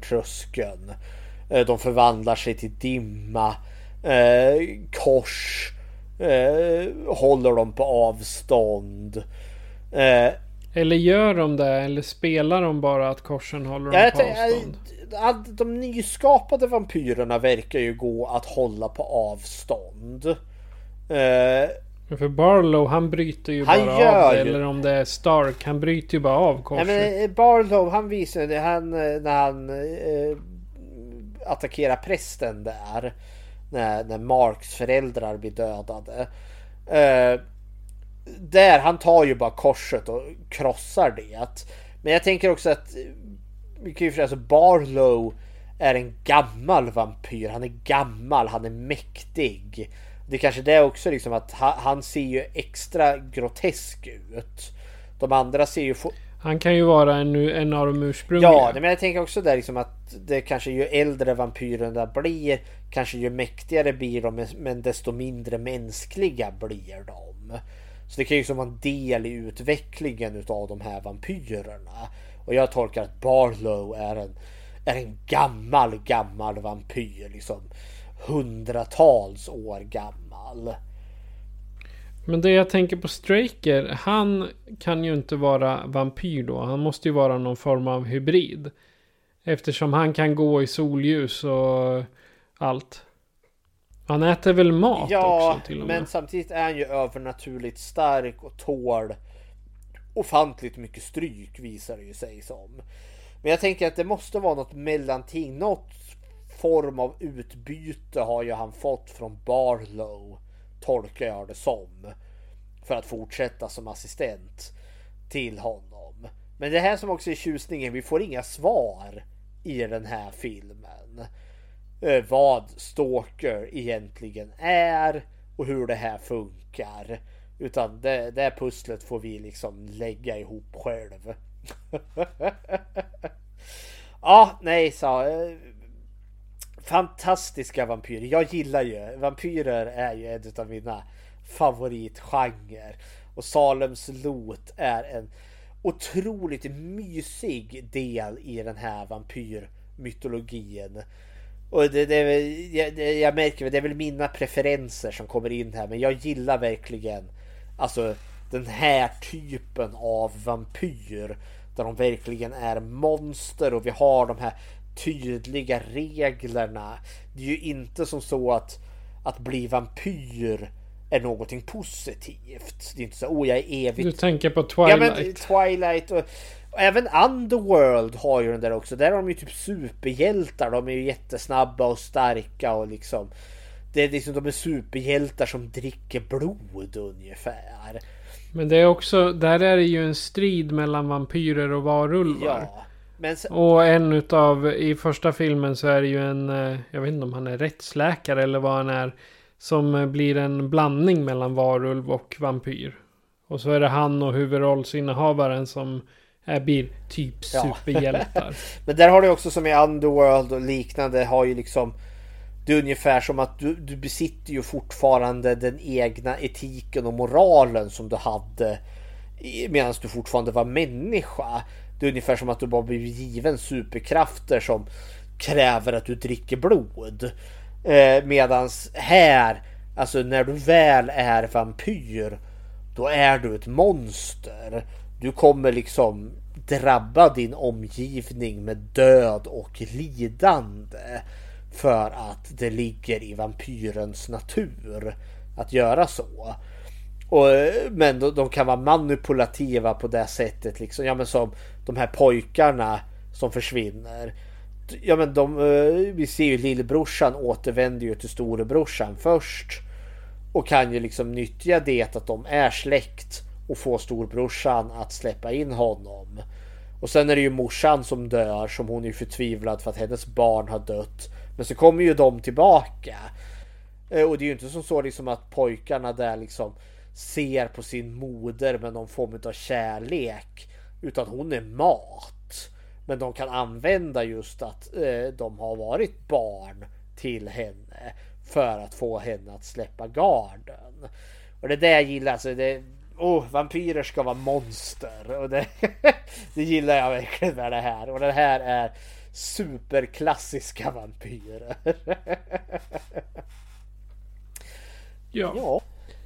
tröskeln. De förvandlar sig till dimma, kors, håller dem på avstånd. Eller gör de det? Eller spelar de bara att korsen håller dem på avstånd? De nyskapade vampyrerna verkar ju gå att hålla på avstånd. För Barlow, han bryter ju bara av det. Eller om det är Stark, han bryter ju bara av korset. Men Barlow, han visar det när han attackerar prästen där. När Marks föräldrar blir dödade. Där, han tar ju bara korset och krossar det. Men jag tänker också att alltså Barlow är en gammal vampyr. Han är gammal, han är mäktig. Det är kanske det också liksom att han ser ju extra grotesk ut. De andra ser ju... Han kan ju vara en av de ursprungliga. Ja, men jag tänker också där liksom att det kanske ju äldre vampyrerna blir, kanske ju mäktigare blir de, men desto mindre mänskliga blir de. Så det kan ju som vara en del i utvecklingen utav de här vampyrerna. Och jag tolkar att Barlow är en gammal vampyr, liksom hundratals år gammal. Men det jag tänker på Straker, han kan ju inte vara vampyr då. Han måste ju vara någon form av hybrid. Eftersom han kan gå i solljus och allt. Han äter väl mat också till och med. Men samtidigt är han ju övernaturligt stark och tål ofantligt mycket stryk, visar det ju sig som. Men jag tänker att det måste vara något mellanting. Något form av utbyte har ju han fått från Barlow, tolkar jag det som, för att fortsätta som assistent till honom. Men det här som också är tjusningen, vi får inga svar i den här filmen. Vad Stalker egentligen är och hur det här funkar. Utan det pusslet får vi liksom lägga ihop själv. Ja, nej, så fantastiska vampyrer. Jag gillar ju vampyrer, är ju en av mina favoritgenrer. Och Salems lot är en otroligt mysig del i den här vampyrmytologin. Och jag märker det är väl mina preferenser som kommer in här, men jag gillar verkligen alltså den här typen av vampyr där de verkligen är monster och vi har de här tydliga reglerna. Det är ju inte som så att bli vampyr är någonting positivt. Det är inte så, jag är evigt... Du tänker på Twilight. Ja, men Twilight och även Underworld har ju den där också. Där har de ju typ superhjältar. De är ju jättesnabba och starka och liksom... Det är liksom de är superhjältar som dricker blod ungefär. Men det är också... Där är det ju en strid mellan vampyrer och varulvar. Ja. Men och i första filmen så är det ju en... Jag vet inte om han är rättsläkare eller vad han är. Som blir en blandning mellan varulv och vampyr. Och så är det han och huvudrollsinnehavaren som blir typ superhjältar. Men där har du också som i Underworld och liknande har ju liksom... Det är ungefär som att du besitter ju fortfarande den egna etiken och moralen som du hade medan du fortfarande var människa. Det är ungefär som att du bara blir given superkrafter som kräver att du dricker blod. Medans här, alltså när du väl är vampyr, då är du ett monster. Du kommer liksom drabba din omgivning med död och lidande. För att det ligger i vampyrens natur att göra så. Men de kan vara manipulativa på det sättet liksom. Ja, men som de här pojkarna som försvinner. Ja, men vi ser ju lillebrorsan återvänder ju till storebrorsan först. Och kan ju liksom nyttja det att de är släkt och få storbrorsan att släppa in honom. Och sen är det ju morsan som dör, som hon är förtvivlad för att hennes barn har dött. Men så kommer ju de tillbaka. Och det är ju inte som så liksom att pojkarna där liksom ser på sin moder med någon form av kärlek. Utan hon är mat. Men de kan använda just att de har varit barn till henne för att få henne att släppa garden. Och det är det jag gillar. Alltså vampyrer ska vara monster. Och det gillar jag verkligen med det här. Och det här är superklassiska vampyrer. Ja.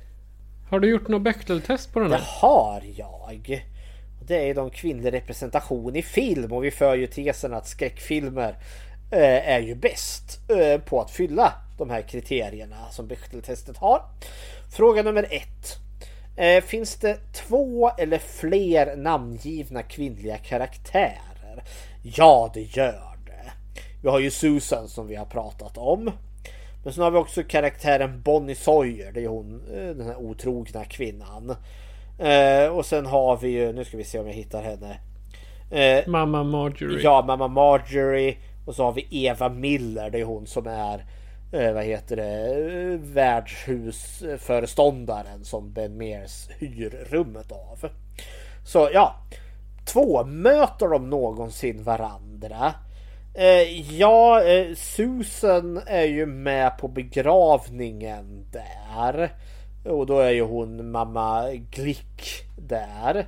Har du gjort något Bechdel-test på den här? Det har jag. Det är de kvinnlig representation i film. Och vi för ju tesen att skräckfilmer är ju bäst på att fylla de här kriterierna som Bechdel-testet har. Fråga nummer 1. Finns det 2 eller fler namngivna kvinnliga karaktärer? Ja, det gör det. Vi har ju Susan som vi har pratat om. Men så har vi också karaktären Bonnie Sawyer. Det är hon, den här otrogna kvinnan. Och sen har vi ju, nu ska vi se om jag hittar henne. Mamma Marjorie. Ja, Mamma Marjorie. Och så har vi Eva Miller. Det är hon som är värdshusföreståndaren som Ben Mears hyr rummet av. Så ja, 2. Möter de någonsin varandra? Susan är ju med på begravningen där. Och då är ju hon mamma Glick där.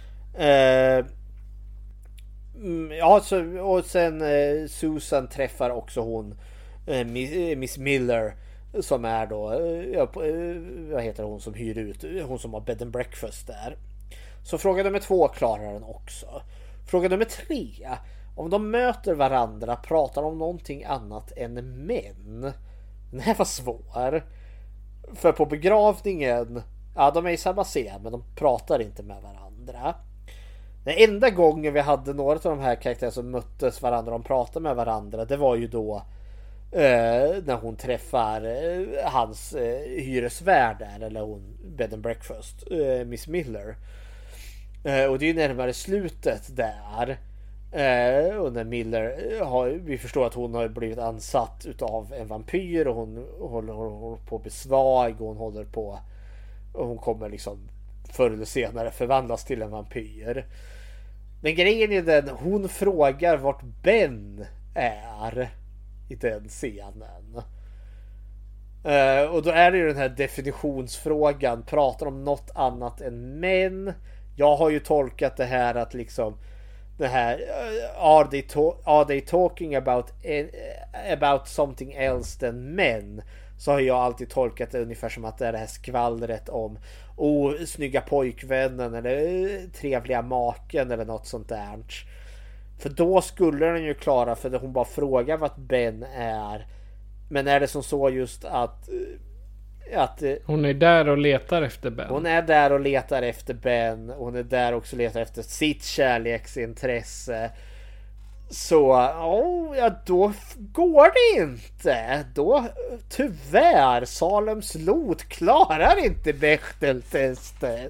Och sen Susan träffar också hon Miss Miller som är då vad heter hon som hyr ut, hon som har bed and breakfast där. Så fråga nummer 2 klarar den också. Fråga nummer 3. Om de möter varandra pratar de om någonting annat än män. Den här var svår. För på begravningen, ja, de är i samma scen men de pratar inte med varandra. Den enda gången vi hade några av de här karaktärerna som möttes varandra och de pratade med varandra, det var ju då när hon träffar hans hyresvärd där, eller hon bed and breakfast, Miss Miller. Och det är ju närmare slutet där. Och när Miller vi förstår att hon har blivit ansatt utav en vampyr och hon håller på besvag och hon kommer liksom förr eller senare förvandlas till en vampyr. Men grejen är den, hon frågar vart Ben är i den scenen. Och då är det ju den här definitionsfrågan, pratar om något annat än män. Jag har ju tolkat det här att liksom det här are they talking about something else than men, så har jag alltid tolkat det ungefär som att det är det här skvallret om snygga pojkvännen eller trevliga maken eller något sånt där. För då skulle den ju klara, för hon bara frågar vad Ben är. Men är det som så just att hon är där och letar efter Ben. Hon är där och letar efter Ben. Hon är där också och letar efter sitt kärleksintresse. Så då går det inte. Då tyvärr, Salems lot klarar inte Bechdel-testet.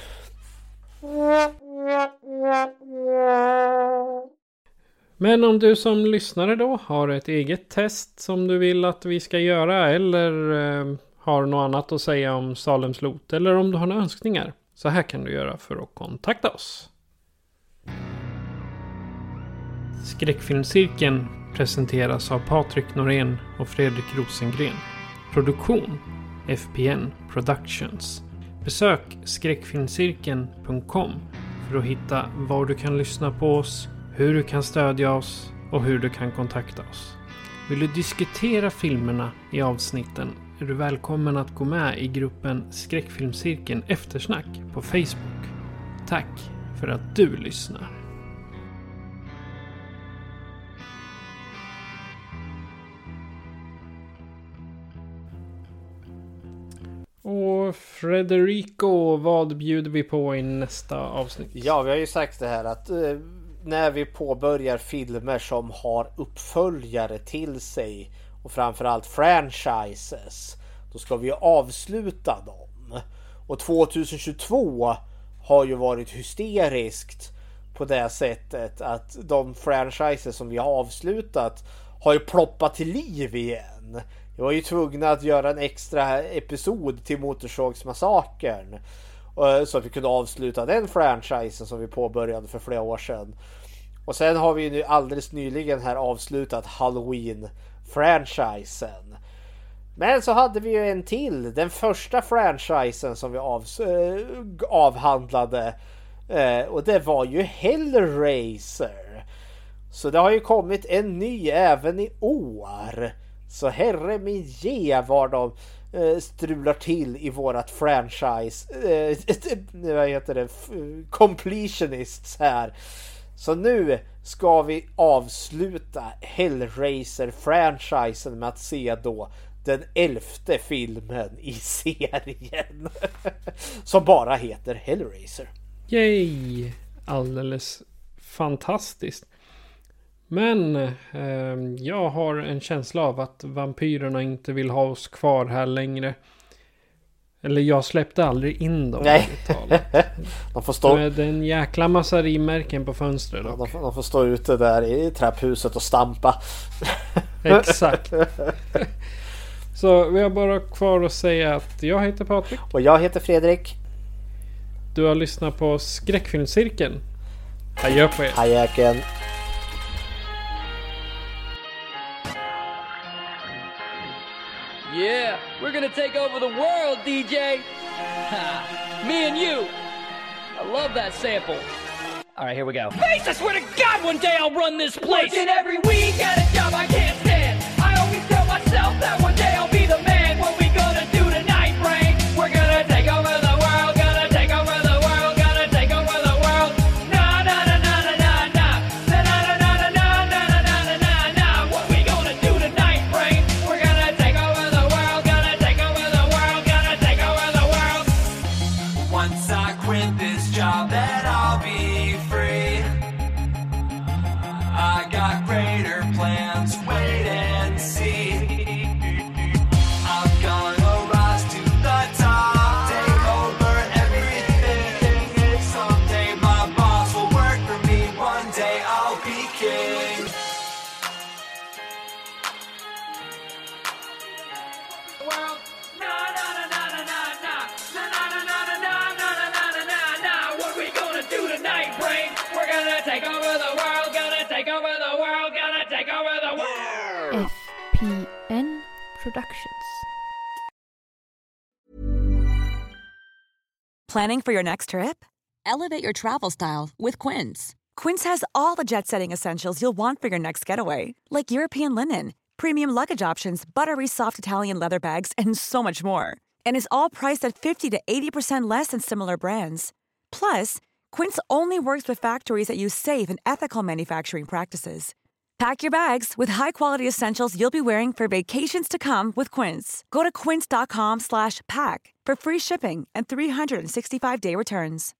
Men om du som lyssnare då har ett eget test som du vill att vi ska göra, eller har något annat att säga om Salems lot, eller om du har några önskningar, så här kan du göra för att kontakta oss. Skräckfilmscirkeln presenteras av Patrik Norén och Fredrik Rosengren. Produktion FPN Productions. Besök skräckfilmscirkeln.com för att hitta var du kan lyssna på oss, hur du kan stödja oss och hur du kan kontakta oss. Vill du diskutera filmerna i avsnitten är du välkommen att gå med i gruppen Skräckfilmscirkeln Eftersnack på Facebook. Tack för att du lyssnar. Och Federico, vad bjuder vi på i nästa avsnitt? Ja, vi har ju sagt det här att när vi påbörjar filmer som har uppföljare till sig och framförallt franchises, då ska vi avsluta dem. Och 2022 har ju varit hysteriskt på det sättet att de franchises som vi har avslutat har ju ploppat till liv igen. Jag var ju tvungen att göra en extra episod till Motorsågsmassakern så att vi kunde avsluta den franchisen som vi påbörjade för flera år sedan. Och sen har vi nu alldeles nyligen här avslutat Halloween-franchisen. Men så hade vi ju en till. Den första franchisen som vi avhandlade. Och det var ju Hellraiser. Så det har ju kommit en ny även i år. Så herre min ge var de strular till i vårat franchise. Vad heter det? Completionists här. Så nu ska vi avsluta Hellraiser-franchisen med att se då den 11:e filmen i serien. Som bara heter Hellraiser. Yay! Alldeles fantastiskt. Men jag har en känsla av att vampyrerna inte vill ha oss kvar här längre. Eller jag släppte aldrig in dem. Nej. De får stå... Det är en jäkla massa rimärken på fönstret. Ja, de får stå ute där i trapphuset och stampa. Exakt. Så vi har bara kvar att säga att jag heter Patrik. Och jag heter Fredrik. Du har lyssnat på Skräckfilmscirkeln. Adjö på er. Adjöken. Yeah, we're gonna take over the world, DJ. Ha, me and you. I love that sample. All right, here we go. Face, I swear to God, one day I'll run this place. Working every week at a job I can't stand. I always tell myself that one day I'll be the man. What we gonna do tonight, Brain? We're gonna take over the world. Gonna take over the world. Gonna take over the world. Nah, nah, nah, nah, nah, nah, nah. Nah, nah, nah, nah, nah, nah, nah, nah, nah, nah, nah. What we gonna do tonight, Brain? We're gonna take over the world. Gonna take over the world. Gonna take over the world. Once I quit this job, then I'll be free. I got greater plans, wait and see. I'm gonna rise to the top, take over everything. Someday my boss will work for me, one day I'll be king. World, na na na na na na na na na na na na na na na na. What we gonna do tonight, Brain? We're gonna take over the world. Gonna take over the world. Gonna take over the world. FPN Productions. Planning for your next trip? Elevate your travel style with Quince. Quince has all the jet-setting essentials you'll want for your next getaway, like European linen, premium luggage options, buttery soft Italian leather bags, and so much more. And is all priced at 50 to 80% less than similar brands. Plus, Quince only works with factories that use safe and ethical manufacturing practices. Pack your bags with high-quality essentials you'll be wearing for vacations to come with Quince. Go to quince.com/pack for free shipping and 365-day returns.